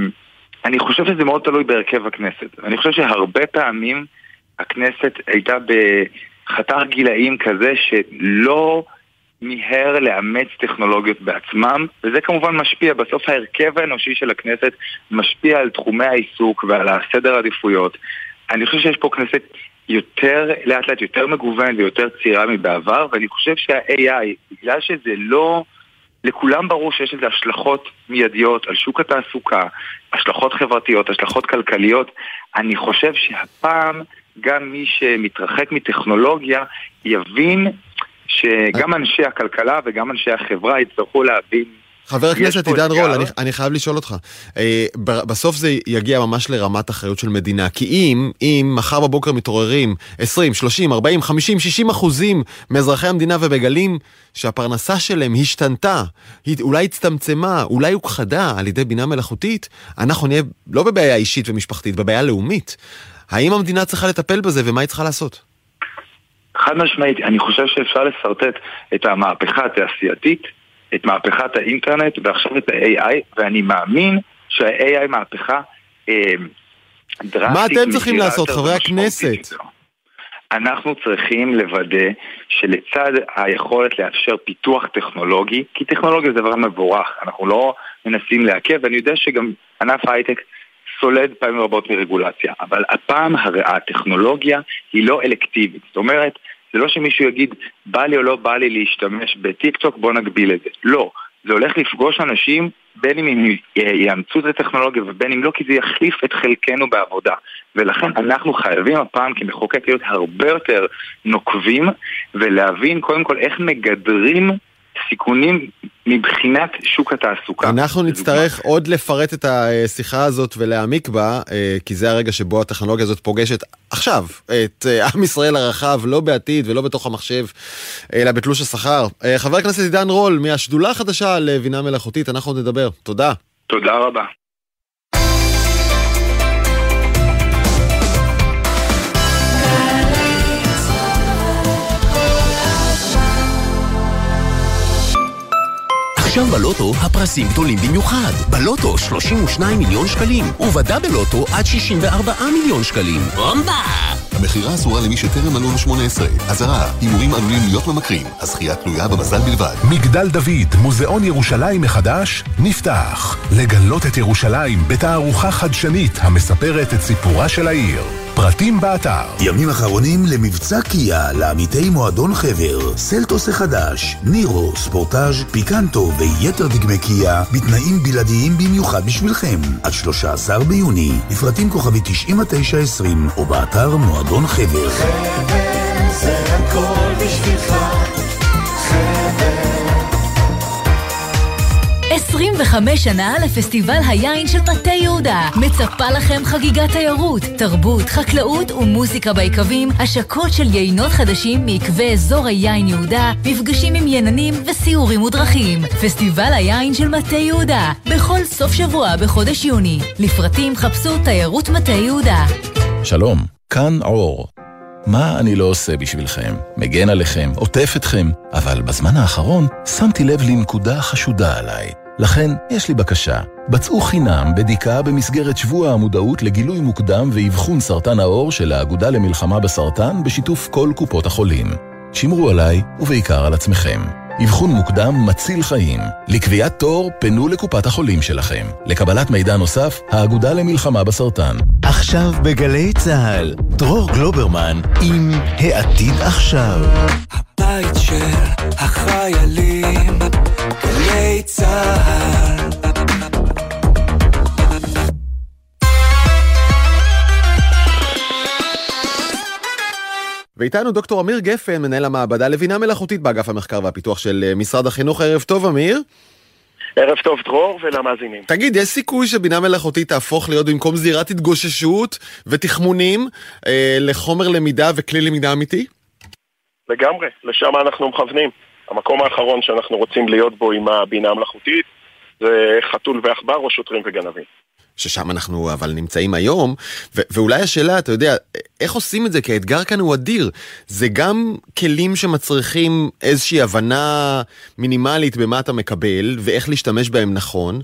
אני חושב שזה מאוד תלוי בהרכב הכנסת. אני חושב שהרבה פעמים הכנסת הייתה בחתך גילאים כזה שלא מיהר לאמץ טכנולוגיות בעצמם, וזה כמובן משפיע, בסוף ההרכב האנושי של הכנסת משפיע על תחומי העיסוק ועל הסדר העדיפויות. אני חושב שיש פה כנסת יותר, לאט לאט יותר מגוון ויותר צעירה מבעבר, ואני חושב שה-איי איי, בגלל שזה לא, לכולם ברור שיש לזה השלכות מיידיות על שוק התעסוקה, השלכות חברתיות, השלכות כלכליות, אני חושב שהפעם גם מי שמתרחק מטכנולוגיה יבין שגם אנשי הכלכלה וגם אנשי החברה יצטרכו להבין. חבר הכנסת עידן רול, אני, אני חייב לשאול אותך. אה, בסוף זה יגיע ממש לרמת אחריות של מדינה, כי אם, אם מחר בבוקר מתעוררים עשרים, שלושים, ארבעים, חמישים, שישים אחוזים מאזרחי המדינה ובגלים שהפרנסה שלהם השתנתה, היא אולי הצטמצמה, אולי הוכחדה על ידי בינה מלאכותית, אנחנו נהיה לא בבעיה אישית ומשפחתית, בבעיה לאומית. האם המדינה צריכה לטפל בזה ומה היא צריכה לעשות? חד משמעית, אני חושב שאפשר לסרטט את המהפכה התעשייתית, את מהפכת האינטרנט ועכשיו את ה-איי איי, ואני מאמין שה-איי איי מהפכה אה, דרסטית. מה אתם צריכים לעשות, חברי הכנסת? אנחנו צריכים לוודא שלצד היכולת לאפשר פיתוח טכנולוגי, כי טכנולוגיה זה דבר מבורך, אנחנו לא מנסים לעכב, ואני יודע שגם ענף ההייטק סולד פעמים רבות מרגולציה, אבל הפעם הטכנולוגיה היא לא אלקטיבית, זאת אומרת, זה לא שמישהו יגיד, בא לי או לא בא לי להשתמש בטיק-טוק, בוא נגביל את זה. לא, זה הולך לפגוש אנשים, בין אם הם יאמצו את הטכנולוגיה ובין אם לא, כי זה יחליף את חלקנו בעבודה. ולכן אנחנו חייבים הפעם כמחוקק להיות הרבה יותר נוקבים, ולהבין קודם כל איך מגדרים סיכונים מבחינת שוק התעסוקה. אנחנו נצטרך עוד לפרט את השיחה הזאת ולהעמיק בה, כי זה הרגע שבו הטכנולוגיה הזאת פוגשת עכשיו את עם ישראל הרחב, לא בעתיד ולא בתוך המחשב, אלא בתלוש השכר. חבר הכנסת עידן רול, מהשדולה החדשה לבינה מלאכותית, אנחנו נדבר. תודה. תודה רבה. עכשיו בלוטו הפרסים גדולים במיוחד. בלוטו שלושים ושניים מיליון שקלים, ובדה בלוטו עד שישים וארבעה מיליון שקלים. בומבה! המחירה אסורה למי שטרם מלאו שמונה עשרה. אזהרה, הימורים עלולים להיות ממכרים. הזכייה תלויה במזל בלבד. מגדל דוד, מוזיאון ירושלים מחדש, נפתח. לגלות את ירושלים בתערוכה חדשנית המספרת את סיפורה של העיר. פרטים באתר. ימים אחרונים למבצע קיה לעמיתי מועדון חבר. סלטוס החדש, נירו, ספורטאז', פיקנטו ויתר דגמי קיה בתנאים בלעדיים במיוחד בשבילכם. עד שלושה עשר ביוני, לפרטים כוכבי תשעים ותשע עשרים או באתר מועדון חבר. חבר זה הכל בשבילך. חבר עשרים וחמש שנה לפסטיבל היין של מטה יהודה. מצפה לכם חגיגת תיירות, תרבות, חקלאות ומוזיקה ביקבים, השקות של יינות חדשים מעקבי אזור היין יהודה, מפגשים עם יננים וסיורים ודרכים. פסטיבל היין של מטה יהודה, בכל סוף שבוע בחודש יוני. לפרטים חפשו תיירות מטה יהודה. שלום, כאן אור. מה אני לא עושה בשבילכם? מגן עליכם, עוטף אתכם, אבל בזמן האחרון שמתי לב לנקודה חשודה עליי. לכן יש לי בקשה, בצעו חינם בדיקה במסגרת שבוע המודעות לגילוי מוקדם ואבחון סרטן העור של האגודה למלחמה בסרטן בשיתוף כל קופות החולים. שמרו עליי ובעיקר על עצמכם. אבחון מוקדם מציל חיים. לקביעת תור פנו לקופת החולים שלכם. לקבלת מידע נוסף, האגודה למלחמה בסרטן. עכשיו בגלי צהל, דרור גלוברמן עם העתיד עכשיו. הבית של החיילים, גלי צהל. ואיתנו דוקטור אמיר גפן, מנהל המעבדה לבינה מלאכותית באגף המחקר והפיתוח של משרד החינוך. ערב טוב אמיר. ערב טוב דרור ולמאזינים. תגיד, יש סיכוי שבינה מלאכותית תהפוך להיות במקום זירת התגוששות ותכמונים אה, לחומר למידה וכלי למידה אמיתי? לגמרי, לשם אנחנו מכוונים. המקום האחרון שאנחנו רוצים להיות בו עם הבינה המלאכותית זה חתול ועכבר או שוטרים וגנבים. ששם אנחנו אבל נמצאים היום, ו- ואולי השאלה, אתה יודע, איך עושים את זה? כי האתגר כאן הוא אדיר. זה גם כלים שמצריכים איזושהי הבנה מינימלית במה אתה מקבל, ואיך להשתמש בהם נכון,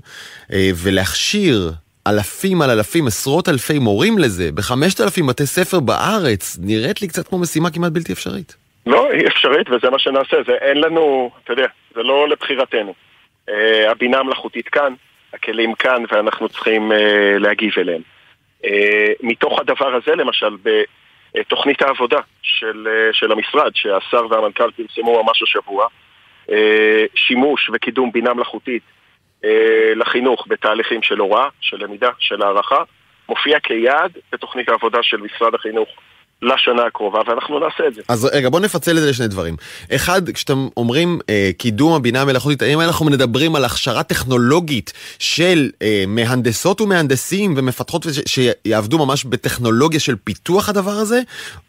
ולהכשיר אלפים על אלפים, עשרות אלפי מורים לזה, בחמשת אלפים בתי ספר בארץ, נראית לי קצת כמו משימה כמעט בלתי אפשרית. לא, היא אפשרית, וזה מה שנעשה. זה אין לנו, אתה יודע, זה לא לבחירתנו. הבינה המלאכותית כאן, הכלים כאן, ואנחנו צריכים uh, להגיב אליהם. Uh, מתוך הדבר הזה, למשל, בתוכנית העבודה של, uh, של המשרד, שהשר והמנכ"ל פרסמו ממש השבוע, uh, שימוש וקידום בינה מלאכותית uh, לחינוך בתהליכים של הוראה, של למידה, של הערכה, מופיע כיעד בתוכנית העבודה של משרד החינוך לשנה הקרובה, ואנחנו נעשה את זה. אז רגע, בוא נפצל את זה לשני דברים. אחד, כשאתם אומרים אה, קידום הבינה המלאכותית, האם אנחנו מדברים על הכשרה טכנולוגית של אה, מהנדסות ומהנדסים ומפתחות ש- שיעבדו ממש בטכנולוגיה של פיתוח הדבר הזה,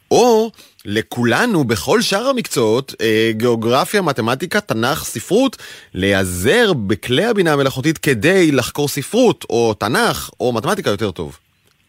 או לכולנו בכל שאר המקצועות, אה, גיאוגרפיה, מתמטיקה, תנ"ך, ספרות, להיעזר בכלי הבינה המלאכותית כדי לחקור ספרות או תנ"ך או מתמטיקה יותר טוב?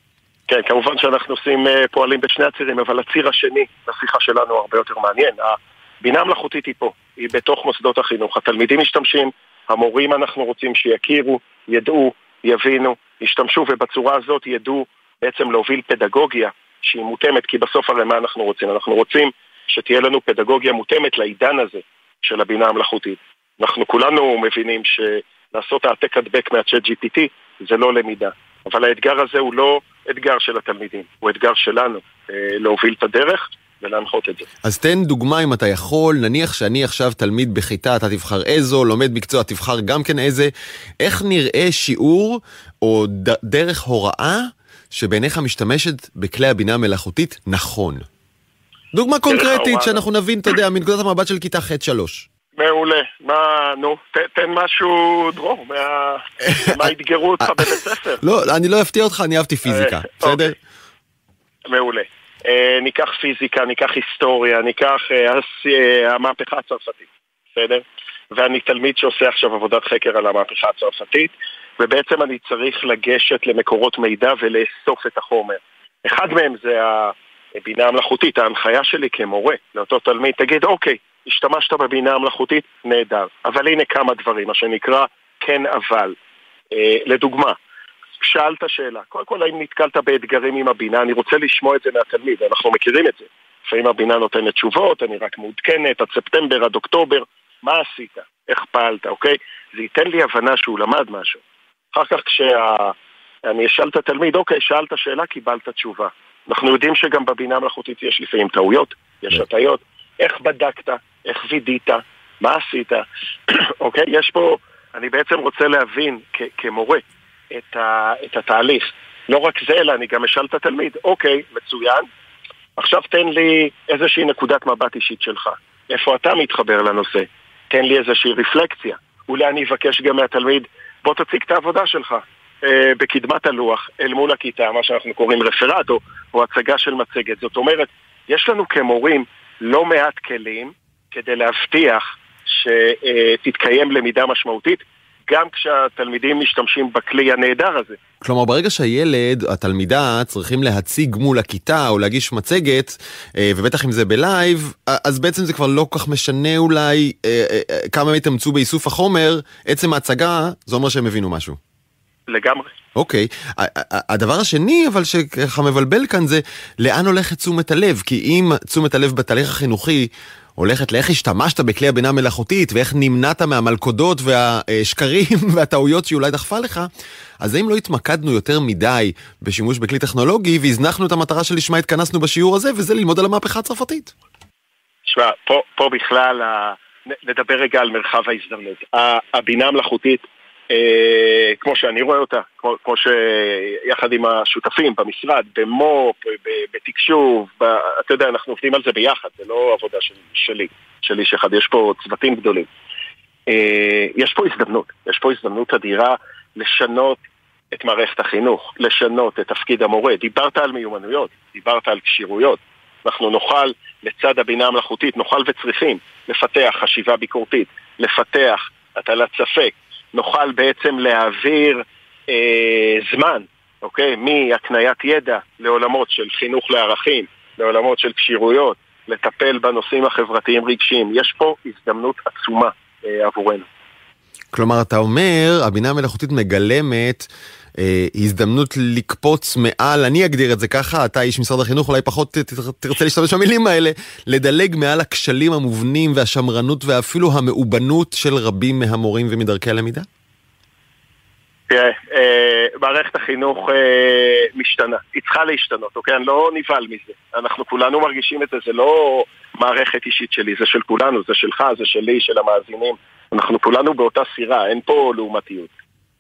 כן, כמובן שאנחנו עושים פועלים בשני הצירים, אבל הציר השני, לשיחה שלנו הרבה יותר מעניין. הבינה המלאכותית היא פה, היא בתוך מוסדות החינוך. התלמידים משתמשים, המורים אנחנו רוצים שיכירו, ידעו, יבינו, ישתמשו, ובצורה הזאת ידעו בעצם להוביל פדגוגיה שהיא מותאמת, כי בסוף הרי מה אנחנו רוצים? אנחנו רוצים שתהיה לנו פדגוגיה מותאמת לעידן הזה של הבינה המלאכותית. אנחנו כולנו מבינים שלעשות העתק הדבק מה-צ'אט ג'י פי טי זה לא למידה. אבל האתגר הזה הוא לא אתגר של התלמידים, הוא אתגר שלנו, אה, להוביל את הדרך ולהנחות את זה. אז תן דוגמה אם אתה יכול, נניח שאני עכשיו תלמיד בכיתה, אתה תבחר איזו, לומד מקצוע, תבחר גם כן איזה, איך נראה שיעור או ד- דרך הוראה שבעיניך משתמשת בכלי הבינה המלאכותית נכון? דוגמה קונקרטית שאנחנו נבין, אתה יודע, מנקודת המבט של כיתה ח' שלוש. מעולה, מה, נו, ת, תן משהו דרור, מה, מה יתגרו אותך בבית ספר? לא, אני לא אפתיע אותך, אני אהבתי פיזיקה, בסדר? מעולה. ניקח פיזיקה, ניקח היסטוריה, ניקח המהפכה הצרפתית, בסדר? ואני תלמיד שעושה עכשיו עבודת חקר על המהפכה הצרפתית, ובעצם אני צריך לגשת למקורות מידע ולאסוף את החומר. אחד מהם זה בינה מלאכותית, ההנחיה שלי כמורה לאותו תלמיד, תגיד, אוקיי, השתמשת בבינה המלאכותית, נהדר, אבל הנה כמה דברים, מה שנקרא כן אבל. אה, לדוגמה, שאלת שאלה, קודם כל האם נתקלת באתגרים עם הבינה, אני רוצה לשמוע את זה מהתלמיד, אנחנו מכירים את זה. לפעמים הבינה נותנת תשובות, אני רק מעודכנת, עד ספטמבר, עד אוקטובר, מה עשית? איך פעלת, אוקיי? זה ייתן לי הבנה שהוא למד משהו. אחר כך כשאני אשאל את התלמיד, אוקיי, שאלת שאלה, קיבלת תשובה. אנחנו יודעים שגם בבינה מלאכותית יש לפעמים טעויות, יש הטעיות. איך בדקת? איך וידית? מה עשית? אוקיי? יש פה, אני בעצם רוצה להבין כ- כמורה את, ה- את התהליך. לא רק זה, אלא אני גם אשאל את התלמיד, אוקיי, מצוין, עכשיו תן לי איזושהי נקודת מבט אישית שלך. איפה אתה מתחבר לנושא? תן לי איזושהי רפלקציה. אולי אני אבקש גם מהתלמיד, בוא תציג את העבודה שלך אה, בקדמת הלוח, אל מול הכיתה, מה שאנחנו קוראים רפרט או, או הצגה של מצגת. זאת אומרת, יש לנו כמורים לא מעט כלים כדי להבטיח שתתקיים למידה משמעותית, גם כשהתלמידים משתמשים בכלי הנהדר הזה. כלומר, ברגע שהילד, התלמידה, צריכים להציג מול הכיתה או להגיש מצגת, ובטח אם זה בלייב, אז בעצם זה כבר לא כך משנה אולי כמה התאמצו באיסוף החומר, עצם ההצגה, זה אומר שהם הבינו משהו. לגמרי. אוקיי. הדבר השני, אבל שככה מבלבל כאן, זה לאן הולכת תשומת הלב, כי אם תשומת הלב בתהליך החינוכי, הולכת לאיך השתמשת בכלי הבינה מלאכותית, ואיך נמנעת מהמלכודות והשקרים והטעויות שאולי דחפה לך, אז האם לא התמקדנו יותר מדי בשימוש בכלי טכנולוגי, והזנחנו את המטרה שלשמה התכנסנו בשיעור הזה, וזה ללמוד על המהפכה הצרפתית? תשמע, פה, פה בכלל, נדבר רגע על מרחב ההזדמנות. הבינה המלאכותית, אה, כמו שאני רואה אותה, כמו, כמו שיחד עם השותפים במשרד, במו"פ, בתקשוב, ב, אתה יודע, אנחנו עובדים על זה ביחד, זה לא עבודה של, שלי, שלי שאחד, יש פה צוותים גדולים. אה, יש פה הזדמנות, יש פה הזדמנות אדירה לשנות את מערכת החינוך, לשנות את תפקיד המורה. דיברת על מיומנויות, דיברת על קשירויות. אנחנו נוכל, לצד הבינה המלאכותית, נוכל וצריכים לפתח חשיבה ביקורתית, לפתח הטלת ספק, נוכל בעצם להעביר אה, זמן, אוקיי? מהקניית ידע לעולמות של חינוך לערכים, לעולמות של קשירויות, לטפל בנושאים החברתיים רגשיים. יש פה הזדמנות עצומה אה, עבורנו. כלומר, אתה אומר, הבינה המלאכותית מגלמת אה, הזדמנות לקפוץ מעל, אני אגדיר את זה ככה, אתה איש משרד החינוך, אולי פחות תרצה להשתמש במילים האלה, לדלג מעל הכשלים המובנים והשמרנות ואפילו המאובנות של רבים מהמורים ומדרכי הלמידה? תראה, אה, מערכת החינוך אה, משתנה, היא צריכה להשתנות, אוקיי? אני לא נבהל מזה. אנחנו כולנו מרגישים את זה, זה לא מערכת אישית שלי, זה של כולנו, זה שלך, זה שלי, של המאזינים. אנחנו כולנו באותה סירה, אין פה לעומתיות.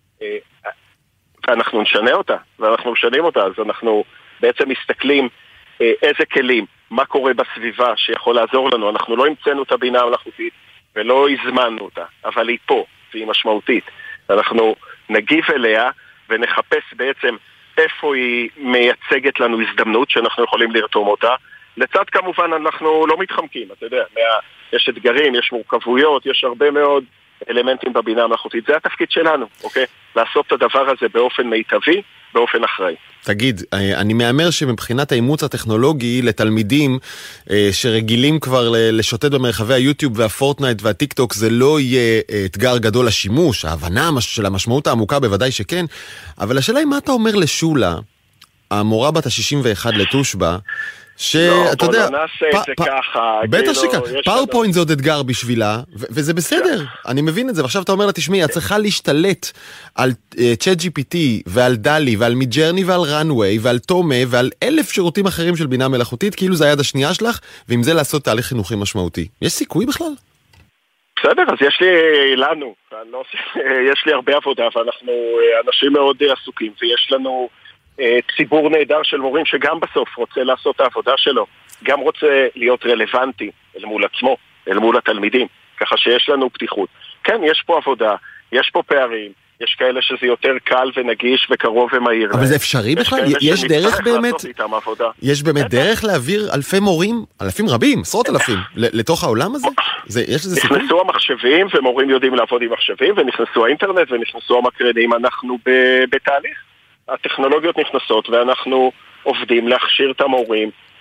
ואנחנו נשנה אותה, ואנחנו משנים אותה, אז אנחנו בעצם מסתכלים איזה כלים, מה קורה בסביבה שיכול לעזור לנו. אנחנו לא המצאנו את הבינה המלאכותית ולא הזמנו אותה, אבל היא פה, והיא משמעותית. אנחנו נגיב אליה ונחפש בעצם איפה היא מייצגת לנו הזדמנות שאנחנו יכולים לרתום אותה. לצד כמובן אנחנו לא מתחמקים, אתה יודע, מה... יש אתגרים, יש מורכבויות, יש הרבה מאוד אלמנטים בבינה המלאכותית. זה התפקיד שלנו, אוקיי? לעשות את הדבר הזה באופן מיטבי, באופן אחראי. תגיד, אני מאמר שמבחינת האימוץ הטכנולוגי לתלמידים שרגילים כבר לשוטט במרחבי היוטיוב והפורטנייט והטיק טוק, זה לא יהיה אתגר גדול לשימוש, ההבנה של המשמעות העמוקה בוודאי שכן, אבל השאלה היא מה אתה אומר לשולה, המורה בת ה-שישים ואחת לתושבע, שאתה יודע, לא, בוא לא נעשה את זה ככה. בטח שכך, פאורפוינט זה עוד אתגר בשבילה, וזה בסדר, אני מבין את זה, ועכשיו אתה אומר לה, תשמעי, את צריכה להשתלט על צ'אט ג'י פי טי, ועל דלי, ועל מידג'רני, ועל רנווי, ועל תומה, ועל אלף שירותים אחרים של בינה מלאכותית, כאילו זה היד השנייה שלך, ועם זה לעשות תהליך חינוכי משמעותי. יש סיכוי בכלל? בסדר, אז יש לי, לנו, יש לי הרבה עבודה, ואנחנו אנשים מאוד עסוקים, ויש לנו ציבור נהדר של מורים שגם בסוף רוצה לעשות את העבודה שלו, גם רוצה להיות רלוונטי אל מול עצמו, אל מול התלמידים, ככה שיש לנו פתיחות. כן, יש פה עבודה, יש פה פערים, יש כאלה שזה יותר קל ונגיש וקרוב ומהיר. אבל זה אפשרי בכלל? יש דרך באמת? יש באמת דרך להעביר אלפי מורים, אלפים רבים, עשרות אלפים, לתוך העולם הזה? יש לזה סיכוי? נכנסו המחשבים, ומורים יודעים לעבוד עם מחשבים, ונכנסו האינטרנט, ונכנסו המקרנים, אנחנו בתהליך. הטכנולוגיות נכנסות ואנחנו עובדים להכשיר את המורים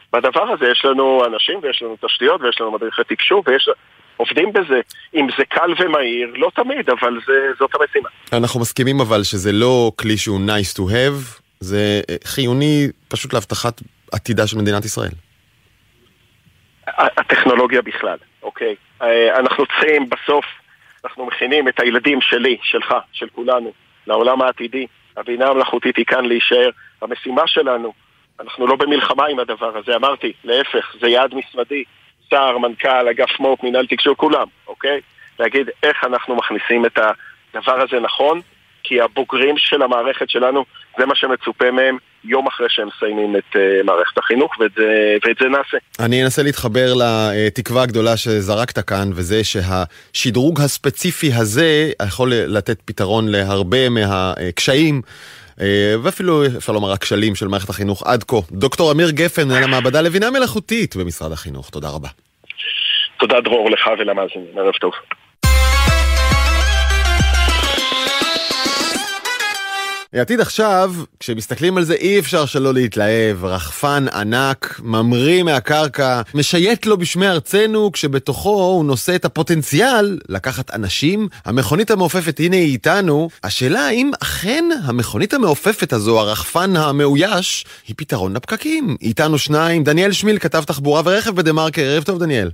בדבר הזה יש לנו אנשים ויש לנו תשתיות ויש לנו מדריכי תקשוב ויש עובדים בזה. אם זה קל ומהיר, לא תמיד, אבל זה, זאת המשימה. אנחנו מסכימים אבל שזה לא כלי שהוא nice to have, זה חיוני פשוט להבטחת עתידה של מדינת ישראל. הטכנולוגיה בכלל, אוקיי. אנחנו צריכים בסוף, אנחנו מכינים את הילדים שלי, שלך, של כולנו, לעולם העתידי. הבינה המלאכותית היא כאן להישאר. המשימה שלנו, אנחנו לא במלחמה עם הדבר הזה, אמרתי, להפך, זה יעד משרדי, שר, מנכ"ל, אגף מו"פ, מנהל תקשוב, כולם, אוקיי? להגיד איך אנחנו מכניסים את הדבר הזה נכון, כי הבוגרים של המערכת שלנו, זה מה שמצופה מהם יום אחרי שהם מסיימים את uh, מערכת החינוך, ואת זה, ואת זה נעשה. אני אנסה להתחבר לתקווה הגדולה שזרקת כאן, וזה שהשדרוג הספציפי הזה יכול לתת פתרון להרבה מהקשיים, ואפילו אפשר לומר הכשלים של מערכת החינוך עד כה. דוקטור אמיר גפן, מנהל המעבדה לבינה מלאכותית במשרד החינוך. תודה רבה. תודה דרור לך ולמאזינים. ערב טוב. העתיד עכשיו, כשמסתכלים על זה אי אפשר שלא להתלהב, רחפן ענק, ממריא מהקרקע, משייט לו בשמי ארצנו, כשבתוכו הוא נושא את הפוטנציאל לקחת אנשים. המכונית המעופפת הנה היא איתנו. השאלה האם אכן המכונית המעופפת הזו, הרחפן המאויש, היא פתרון לפקקים. איתנו שניים, דניאל שמיל, כתב תחבורה ורכב בדמרקר. ערב טוב דניאל.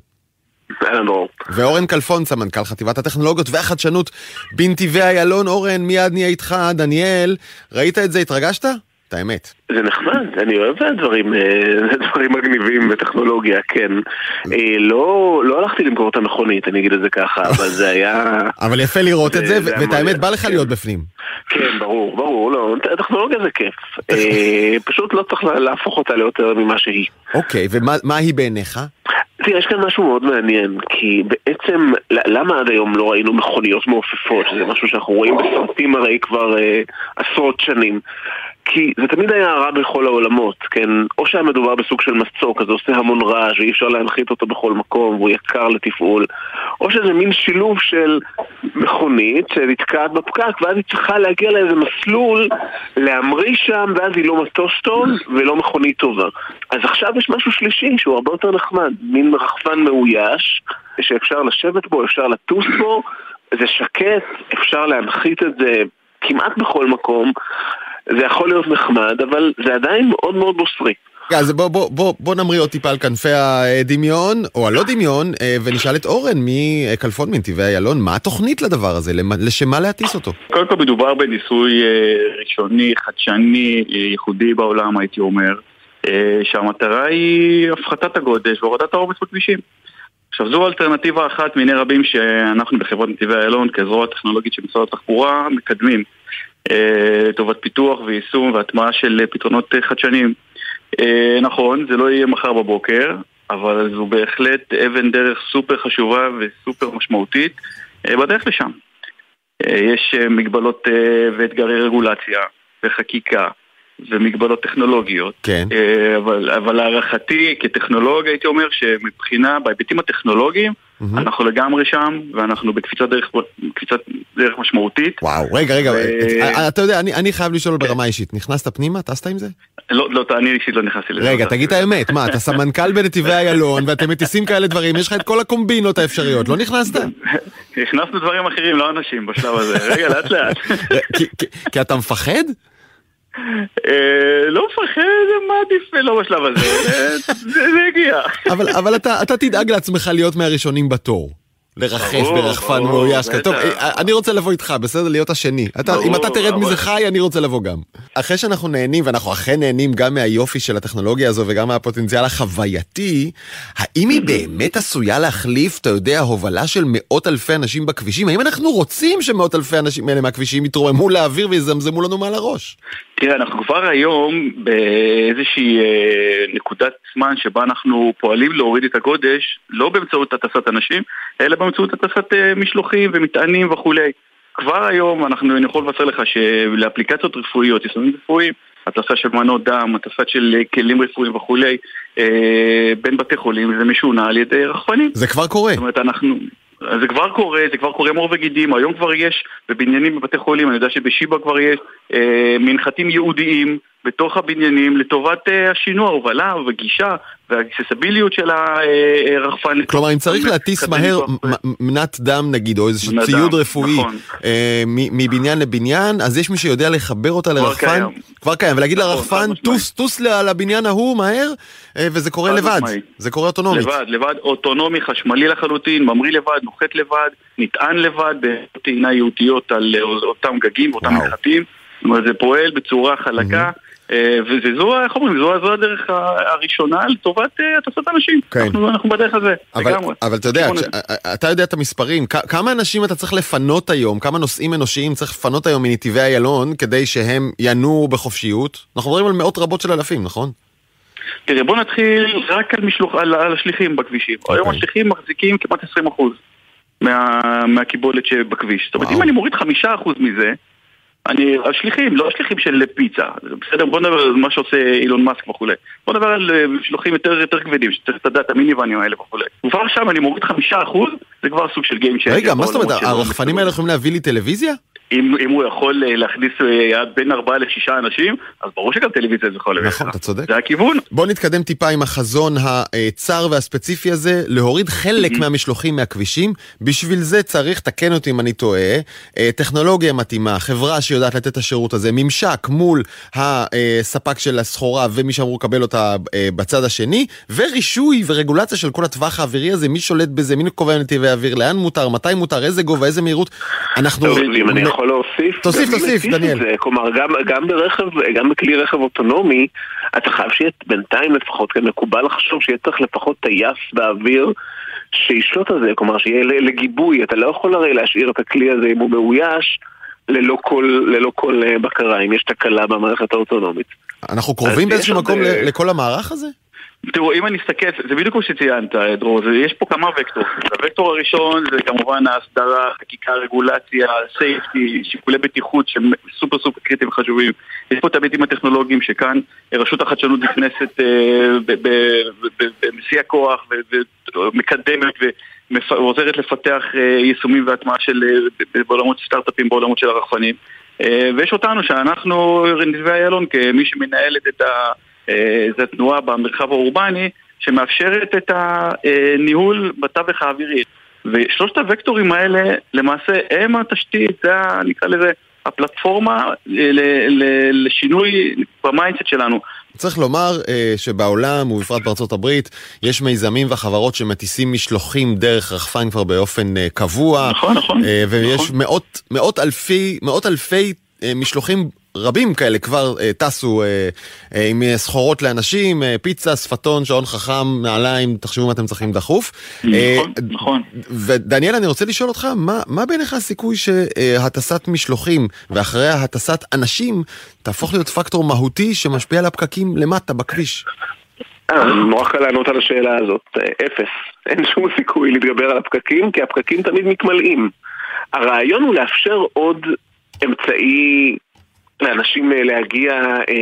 ואורן קלפון, סמנכ"ל חטיבת הטכנולוגיות והחדשנות בנתיבי איילון. אורן, מיד נהיה איתך. דניאל, ראית את זה? התרגשת? את האמת. זה נחמד, אני אוהב דברים, דברים מגניבים בטכנולוגיה, כן. לא, לא הלכתי למכור את המכונית, אני אגיד את זה ככה, אבל זה היה... אבל יפה לראות את זה, ואת האמת בא לך להיות בפנים. כן, ברור, ברור, לא, הטכנולוגיה זה כיף. פשוט לא צריך להפוך אותה ליותר ממה שהיא. אוקיי, ומה היא בעיניך? תראה, יש כאן משהו מאוד מעניין, כי בעצם, למה עד היום לא ראינו מכוניות מעופפות? זה משהו שאנחנו רואים בסרטים הרי כבר אה, עשרות שנים. כי זה תמיד היה רע בכל העולמות, כן? או שהיה מדובר בסוג של מסוק, אז זה עושה המון רעש, ואי אפשר להנחית אותו בכל מקום, והוא יקר לתפעול. או שזה מין שילוב של מכונית שנתקעת בפקק, ואז היא צריכה להגיע לאיזה מסלול, להמריא שם, ואז היא לא מטוס טוב, ולא מכונית טובה. אז עכשיו יש משהו שלישי, שהוא הרבה יותר נחמד. מין רחפן מאויש, שאפשר לשבת בו, אפשר לטוס בו, זה שקט, אפשר להנחית את זה כמעט בכל מקום, זה יכול להיות נחמד, אבל זה עדיין מאוד מאוד בוסרי. אז בוא, בוא, בוא, בוא נמריא עוד טיפה על כנפי הדמיון, או הלא דמיון, ונשאל את אורן מקלפון מנתיבי איילון, מה התוכנית לדבר הזה? לשמה להטיס אותו? קודם כל מדובר בניסוי ראשוני, חדשני, ייחודי בעולם, הייתי אומר, שהמטרה היא הפחתת הגודש והורדת העומס בכבישים. עכשיו זו אלטרנטיבה אחת מיני רבים שאנחנו בחברת נתיבי איילון, כזרוע טכנולוגית של משרד התחבורה, מקדמים לטובת פיתוח ויישום והטמעה של פתרונות חדשניים. נכון, זה לא יהיה מחר בבוקר, אבל זו בהחלט אבן דרך סופר חשובה וסופר משמעותית בדרך לשם. יש מגבלות ואתגרי רגולציה וחקיקה ומגבלות טכנולוגיות, כן. אבל, אבל הערכתי כטכנולוג הייתי אומר שמבחינה, בהיבטים הטכנולוגיים, mm-hmm. אנחנו לגמרי שם, ואנחנו בקפיצת דרך, בקפיצת דרך משמעותית. וואו, רגע, רגע, ו... אתה יודע, אני, אני חייב לשאול ברמה אישית, נכנסת פנימה? טסת עם זה? לא, לא, אני אישית לא נכנסתי לזה. רגע, תגיד את האמת, מה, אתה סמנכ"ל בנתיבי איילון, ואתם מטיסים כאלה דברים, יש לך את כל הקומבינות האפשריות, לא נכנסת? נכנסנו דברים אחרים, לא אנשים בשלב הזה, רגע, לאט לאט. כי, כי, כי אתה מפחד? לא מפחד, מה עדיף לא בשלב הזה, זה הגיע. אבל אתה תדאג לעצמך להיות מהראשונים בתור, לרחף ברחפן מאויש. טוב, אני רוצה לבוא איתך, בסדר, להיות השני. אם אתה תרד מזה חי, אני רוצה לבוא גם. אחרי שאנחנו נהנים, ואנחנו אכן נהנים גם מהיופי של הטכנולוגיה הזו, וגם מהפוטנציאל החווייתי, האם היא באמת עשויה להחליף, אתה יודע, הובלה של מאות אלפי אנשים בכבישים? האם אנחנו רוצים שמאות אלפי אנשים האלה מהכבישים יתרוממו לאוויר ויזמזמו לנו מעל הראש? תראה, אנחנו כבר היום באיזושהי נקודת זמן שבה אנחנו פועלים להוריד את הגודש, לא באמצעות הטסת אנשים, אלא באמצעות הטסת משלוחים ומטענים וכולי. כבר היום אנחנו יכול לבשר לך שלאפליקציות רפואיות, יישומים רפואיים, הטסה של מנות דם, הטסה של כלים רפואיים וכולי, בין בתי חולים, זה משונה על ידי רחפנים. זה כבר קורה. זאת אומרת, אנחנו... זה כבר קורה, זה כבר קורה מור וגידים, היום כבר יש בבניינים בבתי חולים, אני יודע שבשיבה כבר יש אה, מנחתים יהודיים בתוך הבניינים לטובת השינוע, הובלה וגישה והאקססיביליות של הרחפן. כלומר, אם צריך להטיס מהר מנת דם נגיד, או איזשהו ציוד רפואי מבניין לבניין, אז יש מי שיודע לחבר אותה לרחפן, כבר קיים, ולהגיד לרחפן, טוס, טוס לבניין ההוא מהר, וזה קורה לבד, זה קורה אוטונומית. לבד, לבד, אוטונומי, חשמלי לחלוטין, ממריא לבד, נוחת לבד, נטען לבד, בטעינה יהותיות על אותם גגים, אותם מחטים, זה פועל בצורה חלקה, וזו, איך אומרים, זו הדרך הראשונה לטובת הטסת אנשים. אנחנו בדרך הזה, לגמרי. אבל אתה יודע, אתה יודע את המספרים, כמה אנשים אתה צריך לפנות היום, כמה נושאים אנושיים צריך לפנות היום מנתיבי איילון, כדי שהם ינועו בחופשיות? אנחנו מדברים על מאות רבות של אלפים, נכון? תראה, בוא נתחיל רק על השליחים בכבישים. היום השליחים מחזיקים כמעט עשרים אחוז מהקיבולת שבכביש. זאת אומרת, אם אני מוריד חמישה אחוז מזה, אני, השליחים, לא השליחים של פיצה, בסדר, בוא נדבר על מה שעושה אילון מאסק וכולי. בוא נדבר על שלוחים יותר, יותר כבדים, שצריך לדעת, המיניוונים האלה וכולי. כבר שם אני מוריד חמישה אחוז, זה כבר סוג של גיים צ'יינג'ר. רגע, מה זאת אומרת, הרחפנים האלה יכולים להביא לי טלוויזיה? אם, אם הוא יכול להכניס בין ארבעה לשישה אנשים, אז ברור שגם טלוויזיה זה יכול להביא. נכון, אתה צודק. זה הכיוון. בוא נתקדם טיפה עם החזון הצר והספציפי הזה, להוריד חלק מהמשלוחים מהכבישים. בשביל זה צריך, תקן אותי אם אני טועה, טכנולוגיה מתאימה, חברה שיודעת לתת את השירות הזה, ממשק מול הספק של הסחורה ומי שאמור לקבל אותה בצד השני, ורישוי ורגולציה של כל הטווח האווירי הזה, מי שולט בזה, מי קובע נתיבי האוויר, לאן מותר, מתי מותר, איזה גובה, איזה מהירות. אנחנו יכול להוסיף, תוסיף, תוסיף, דניאל. כלומר, גם, גם ברכב, גם בכלי רכב אוטונומי, אתה חייב שיהיה בינתיים לפחות, כן, מקובל לחשוב שיהיה צריך לפחות טייס באוויר שישלוט על זה, כלומר, שיהיה לגיבוי, אתה לא יכול הרי להשאיר את הכלי הזה אם הוא מאויש, ללא כל, ללא כל בקרה, אם יש תקלה במערכת האוטונומית. אנחנו קרובים באיזשהו מקום לכל המערך הזה? תראו, אם אני אסתכל, זה בדיוק כמו שציינת, דרור, יש פה כמה וקטורים. הוקטור הראשון זה כמובן ההסדרה, חקיקה, רגולציה, סייפטי, שיקולי בטיחות שהם סופר סופר קריטיים וחשובים. יש פה את ההיבטים הטכנולוגיים שכאן רשות החדשנות נכנסת במסיע הכוח ומקדמת ועוזרת לפתח יישומים והטמעה של בעולמות סטארט-אפים, בעולמות של הרחפנים. ויש אותנו שאנחנו, נתיבי איילון, כמי שמנהלת את ה... זה תנועה במרחב האורבני שמאפשרת את הניהול בתווך האווירי. ושלושת הוקטורים האלה למעשה הם התשתית, זה נקרא לזה הפלטפורמה לשינוי במיינדסט שלנו. צריך לומר שבעולם ובפרט בארצות הברית יש מיזמים וחברות שמטיסים משלוחים דרך רחפן כבר באופן קבוע. נכון, נכון. ויש מאות, מאות אלפי, מאות אלפי משלוחים רבים כאלה כבר אה, טסו אה, אה, עם סחורות לאנשים, אה, פיצה, שפתון, שעון חכם, נעליים, תחשבו מה אתם צריכים דחוף. נכון, אה, נכון. ודניאל, אני רוצה לשאול אותך, מה, מה בעיניך הסיכוי שהטסת משלוחים ואחריה הטסת אנשים תהפוך להיות פקטור מהותי שמשפיע על הפקקים למטה בכביש? נורא קל לענות על השאלה הזאת, אפס. אין שום סיכוי להתגבר על הפקקים, כי הפקקים תמיד מתמלאים. הרעיון הוא לאפשר עוד אמצעי לאנשים להגיע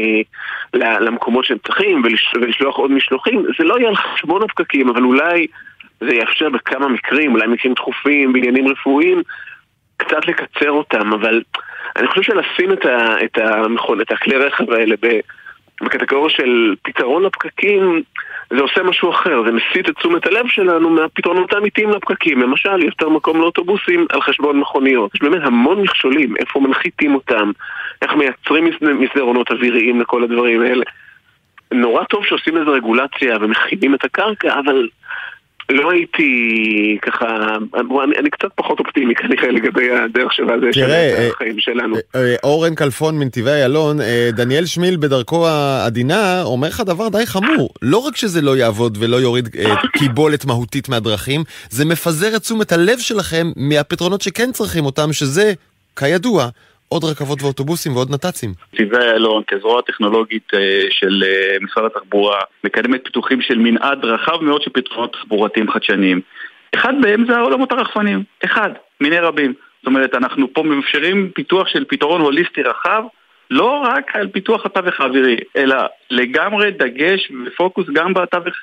אה, למקומות שהם צריכים ולש, ולשלוח עוד משלוחים. זה לא יהיה על חשבון הפקקים, אבל אולי זה יאפשר בכמה מקרים, אולי מקרים דחופים, בעניינים רפואיים, קצת לקצר אותם. אבל אני חושב שלשים את, ה, את, המכון, את הכלי רכב האלה בקטגוריה של פתרון לפקקים, זה עושה משהו אחר, זה מסיט את תשומת הלב שלנו מהפתרונות האמיתיים לפקקים. למשל, יותר מקום לאוטובוסים על חשבון מכוניות. יש באמת המון מכשולים, איפה מנחיתים אותם, איך מייצרים מסדרונות אוויריים לכל הדברים האלה. נורא טוב שעושים איזו רגולציה ומכינים את הקרקע, אבל לא הייתי ככה, אני, אני קצת פחות אופטימי כנראה לגבי הדרך שלה זה של החיים שלנו. אורן קלפון מנתיבי איילון, דניאל שמיל בדרכו העדינה אומר לך דבר די חמור, לא רק שזה לא יעבוד ולא יוריד קיבולת מהותית מהדרכים, זה מפזר את תשומת הלב שלכם מהפתרונות שכן צריכים אותם, שזה כידוע עוד רכבות ואוטובוסים ועוד נת"צים. נתיבי איילון, כזרוע הטכנולוגית של משרד התחבורה, מקדמת פיתוחים של מנעד רחב מאוד של פתרונות תחבורתיים חדשניים. אחד מהם זה העולמות הרחפנים. אחד, מיני רבים. זאת אומרת, אנחנו פה מאפשרים פיתוח של פתרון הוליסטי רחב, לא רק על פיתוח התווך האווירי, אלא לגמרי דגש ופוקוס גם בתווך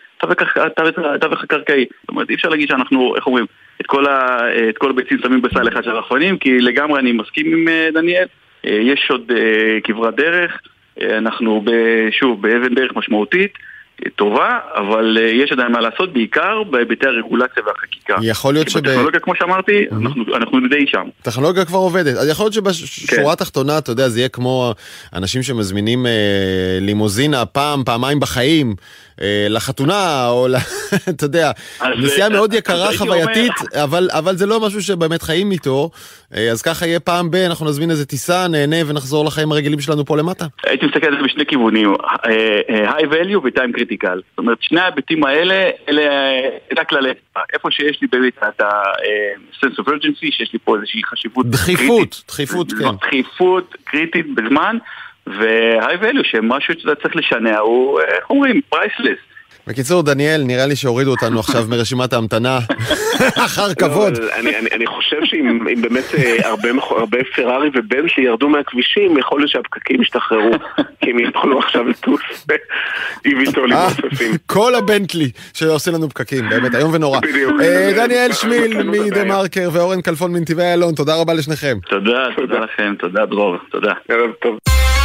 התווך הקרקעי. זאת אומרת, אי אפשר להגיד שאנחנו, איך אומרים, את כל, ה, את כל הביצים שמים בסל אחד של הרחפנים, כי לגמרי אני מסכים עם דניאל, יש עוד כברת דרך, אנחנו שוב באבן דרך משמעותית טובה, אבל יש עדיין מה לעשות, בעיקר בהיבטי הרגולציה והחקיקה. יכול להיות שב... בטכנולוגיה, כמו שאמרתי, אנחנו, אנחנו די שם. טכנולוגיה כבר עובדת. אז יכול להיות שבשורה התחתונה, אתה יודע, זה יהיה כמו אנשים שמזמינים אה, לימוזינה פעם, פעמיים בחיים, אה, לחתונה, או אתה יודע, נסיעה מאוד יקרה, חווייתית, אבל, אבל זה לא משהו שבאמת חיים איתו, אז ככה יהיה פעם ב, אנחנו נזמין איזה טיסה, נהנה ונחזור לחיים הרגילים שלנו פה למטה. הייתי מסתכל על זה בשני כיוונים, high value ו-time critical. זאת אומרת, שני הביטים האלה, אלה כללי, איפה שיש לי באמת את ה-sense of urgency, שיש לי פה איזושהי חשיבות דחיפות, דחיפות, כן. דחיפות קריטית בזמן, ו-high value, שמשהו שאתה צריך לשנע, הוא, איך אומרים, priceless. בקיצור, דניאל, נראה לי שהורידו אותנו עכשיו מרשימת ההמתנה אחר כבוד. אני חושב שאם באמת הרבה פרארי ובנטלי ירדו מהכבישים, יכול להיות שהפקקים ישתחררו, כי הם יתחילו עכשיו לטוס איביטולים נוספים. כל הבנטלי שעושה לנו פקקים, באמת, היום ונורא. דניאל שמיל מדה מרקר ואורן כלפון מנתיבי איילון, תודה רבה לשניכם. תודה, תודה לכם, תודה דרור, תודה. ערב טוב.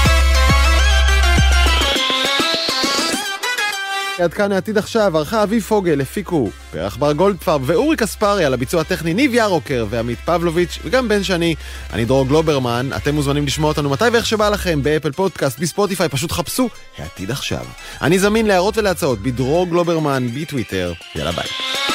עד כאן העתיד עכשיו, ערכה אביב פוגל, הפיקו פרח בר גולדפרב ואורי קספרי, על הביצוע הטכני ניב ירוקר ועמית פבלוביץ' וגם בן שני, אני דרור גלוברמן. אתם מוזמנים לשמוע אותנו מתי ואיך שבא לכם, באפל פודקאסט, בספוטיפיי, פשוט חפשו העתיד עכשיו. אני זמין להערות ולהצעות בדרור גלוברמן בטוויטר. יאללה ביי.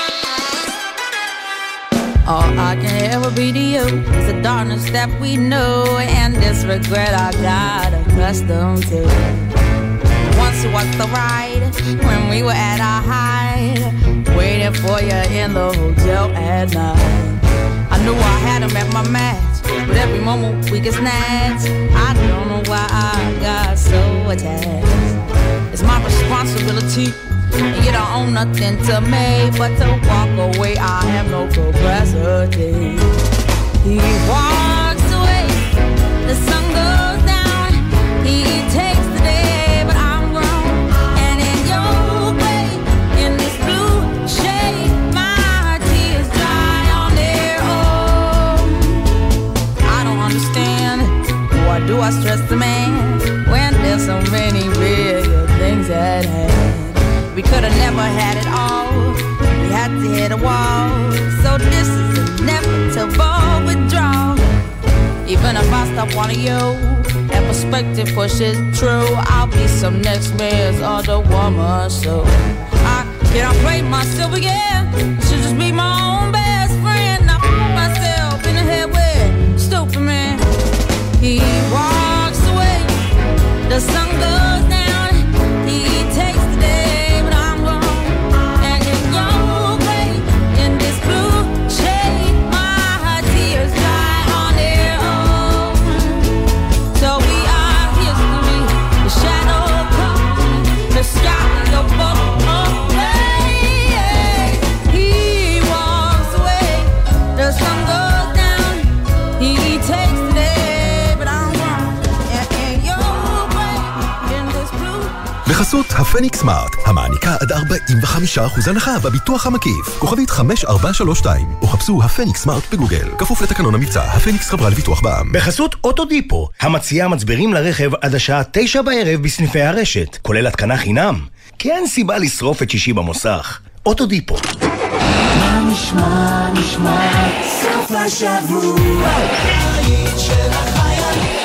All I can ever be to you is the darkness that we know and this regret I got accustomed to. Once you walked the ride when we were at our height, waiting for you in the hotel at night. I knew I had him at my match, but every moment we get snatched. I don't know why I got so attached. It's my responsibility, and you don't own nothing to me but to walk away. I have no capacity. He walks away, the sun goes down. He takes the day, but I'm grown. And in your way, in this blue shade, my tears dry on their own. I don't understand, why do I stress the man when there's so many real things at hand? We could have never had it all. We had to hit a wall. So this is inevitable withdrawal. Even if I stop wanting you and perspective pushes true, I'll be some next man's other woman. So I can't play myself again. I should just be my own best friend. I put myself in the head with stupid man. He walks away. The sun goes down. He takes the day. בחסות הפניקס סמארט, המעניקה עד ארבעים וחמישה אחוז הנחה בביטוח המקיף. כוכבית חמש ארבע שלוש שתיים, או חפשו הפניקס סמארט בגוגל. כפוף לתקנון המבצע, הפניקס חברה לביטוח בע"מ. בחסות אוטודיפו, המציעה מצברים לרכב עד השעה תשע בערב בסניפי הרשת, כולל התקנה חינם. כי אין סיבה לשרוף את שישי במוסך. אוטודיפו. מה נשמע, נשמע, סוף השבוע, היית של החיילים.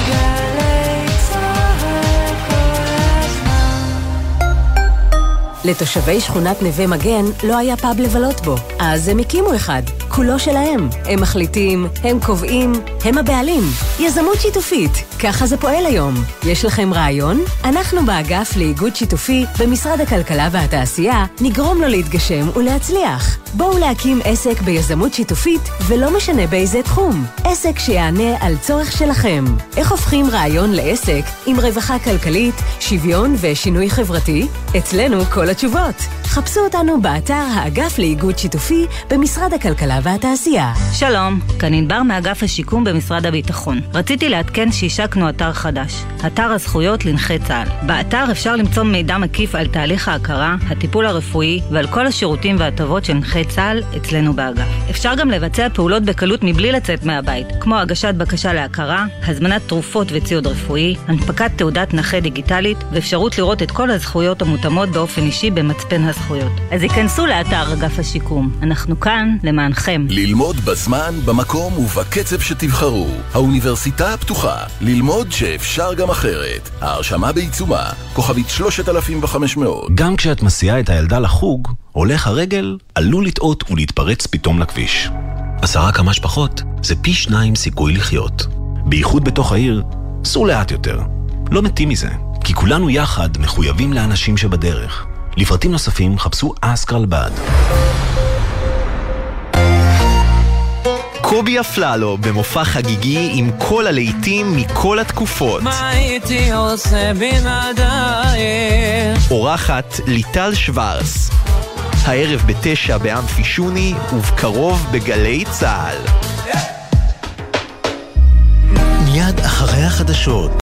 לתושבי שכונת נווה מגן לא היה פאב לבלות בו, אז הם הקימו אחד, כולו שלהם. הם מחליטים, הם קובעים, הם הבעלים. יזמות שיתופית, ככה זה פועל היום. יש לכם רעיון? אנחנו באגף לאיגוד שיתופי במשרד הכלכלה והתעשייה נגרום לו להתגשם ולהצליח. בואו להקים עסק ביזמות שיתופית ולא משנה באיזה תחום. עסק שיענה על צורך שלכם. איך הופכים רעיון לעסק עם רווחה כלכלית, שוויון ושינוי חברתי? אצלנו כל התשובות. חפשו אותנו באתר האגף לאיגוד שיתופי במשרד הכלכלה והתעשייה. שלום, כאן ענבר מאגף השיקום במשרד הביטחון. רציתי לעדכן שהשקנו אתר חדש, אתר הזכויות לנכי צה"ל. באתר אפשר למצוא מידע מקיף על תהליך ההכרה, הטיפול הרפואי ועל כל השירותים והטבות של נכי צה"ל אצלנו באגף. אפשר גם לבצע פעולות בקלות מבלי לצאת מהבית, כמו הגשת בקשה להכרה, הזמנת תרופות וציוד רפואי, הנפקת תעודת נכה דיגיטלית ואפשרות לראות את כל הזכויות המותאמות באופן אישי במצפן הזכויות. אז ייכנסו לאתר אגף השיקום. אנחנו כאן למענכם. ללמוד בזמן, במקום ובקצב שתבחרו. האוניברסיטה הפתוחה. ללמוד שאפשר גם אחרת. ההרשמה בעיצומה. כוכבית שלושת אלפים וחמש מאות. גם כשאת מסיעה את הילדה לחוג, הולך הרגל עלול לטעות ולהתפרץ פתאום לכביש. עשרה כמה שפחות זה פי שניים סיכוי לחיות. בייחוד בתוך העיר, סעו לאט יותר. לא מתים מזה, כי כולנו יחד מחויבים לאנשים שבדרך. לפרטים נוספים חפשו אסקרלבד. קובי אפללו במופע חגיגי עם כל הלהיטים מכל התקופות. מה הייתי עושה בלעדייך? אורחת ליטל שוורס. הערב בתשע באמפי שוני ובקרוב בגלי צהל. מיד אחרי החדשות,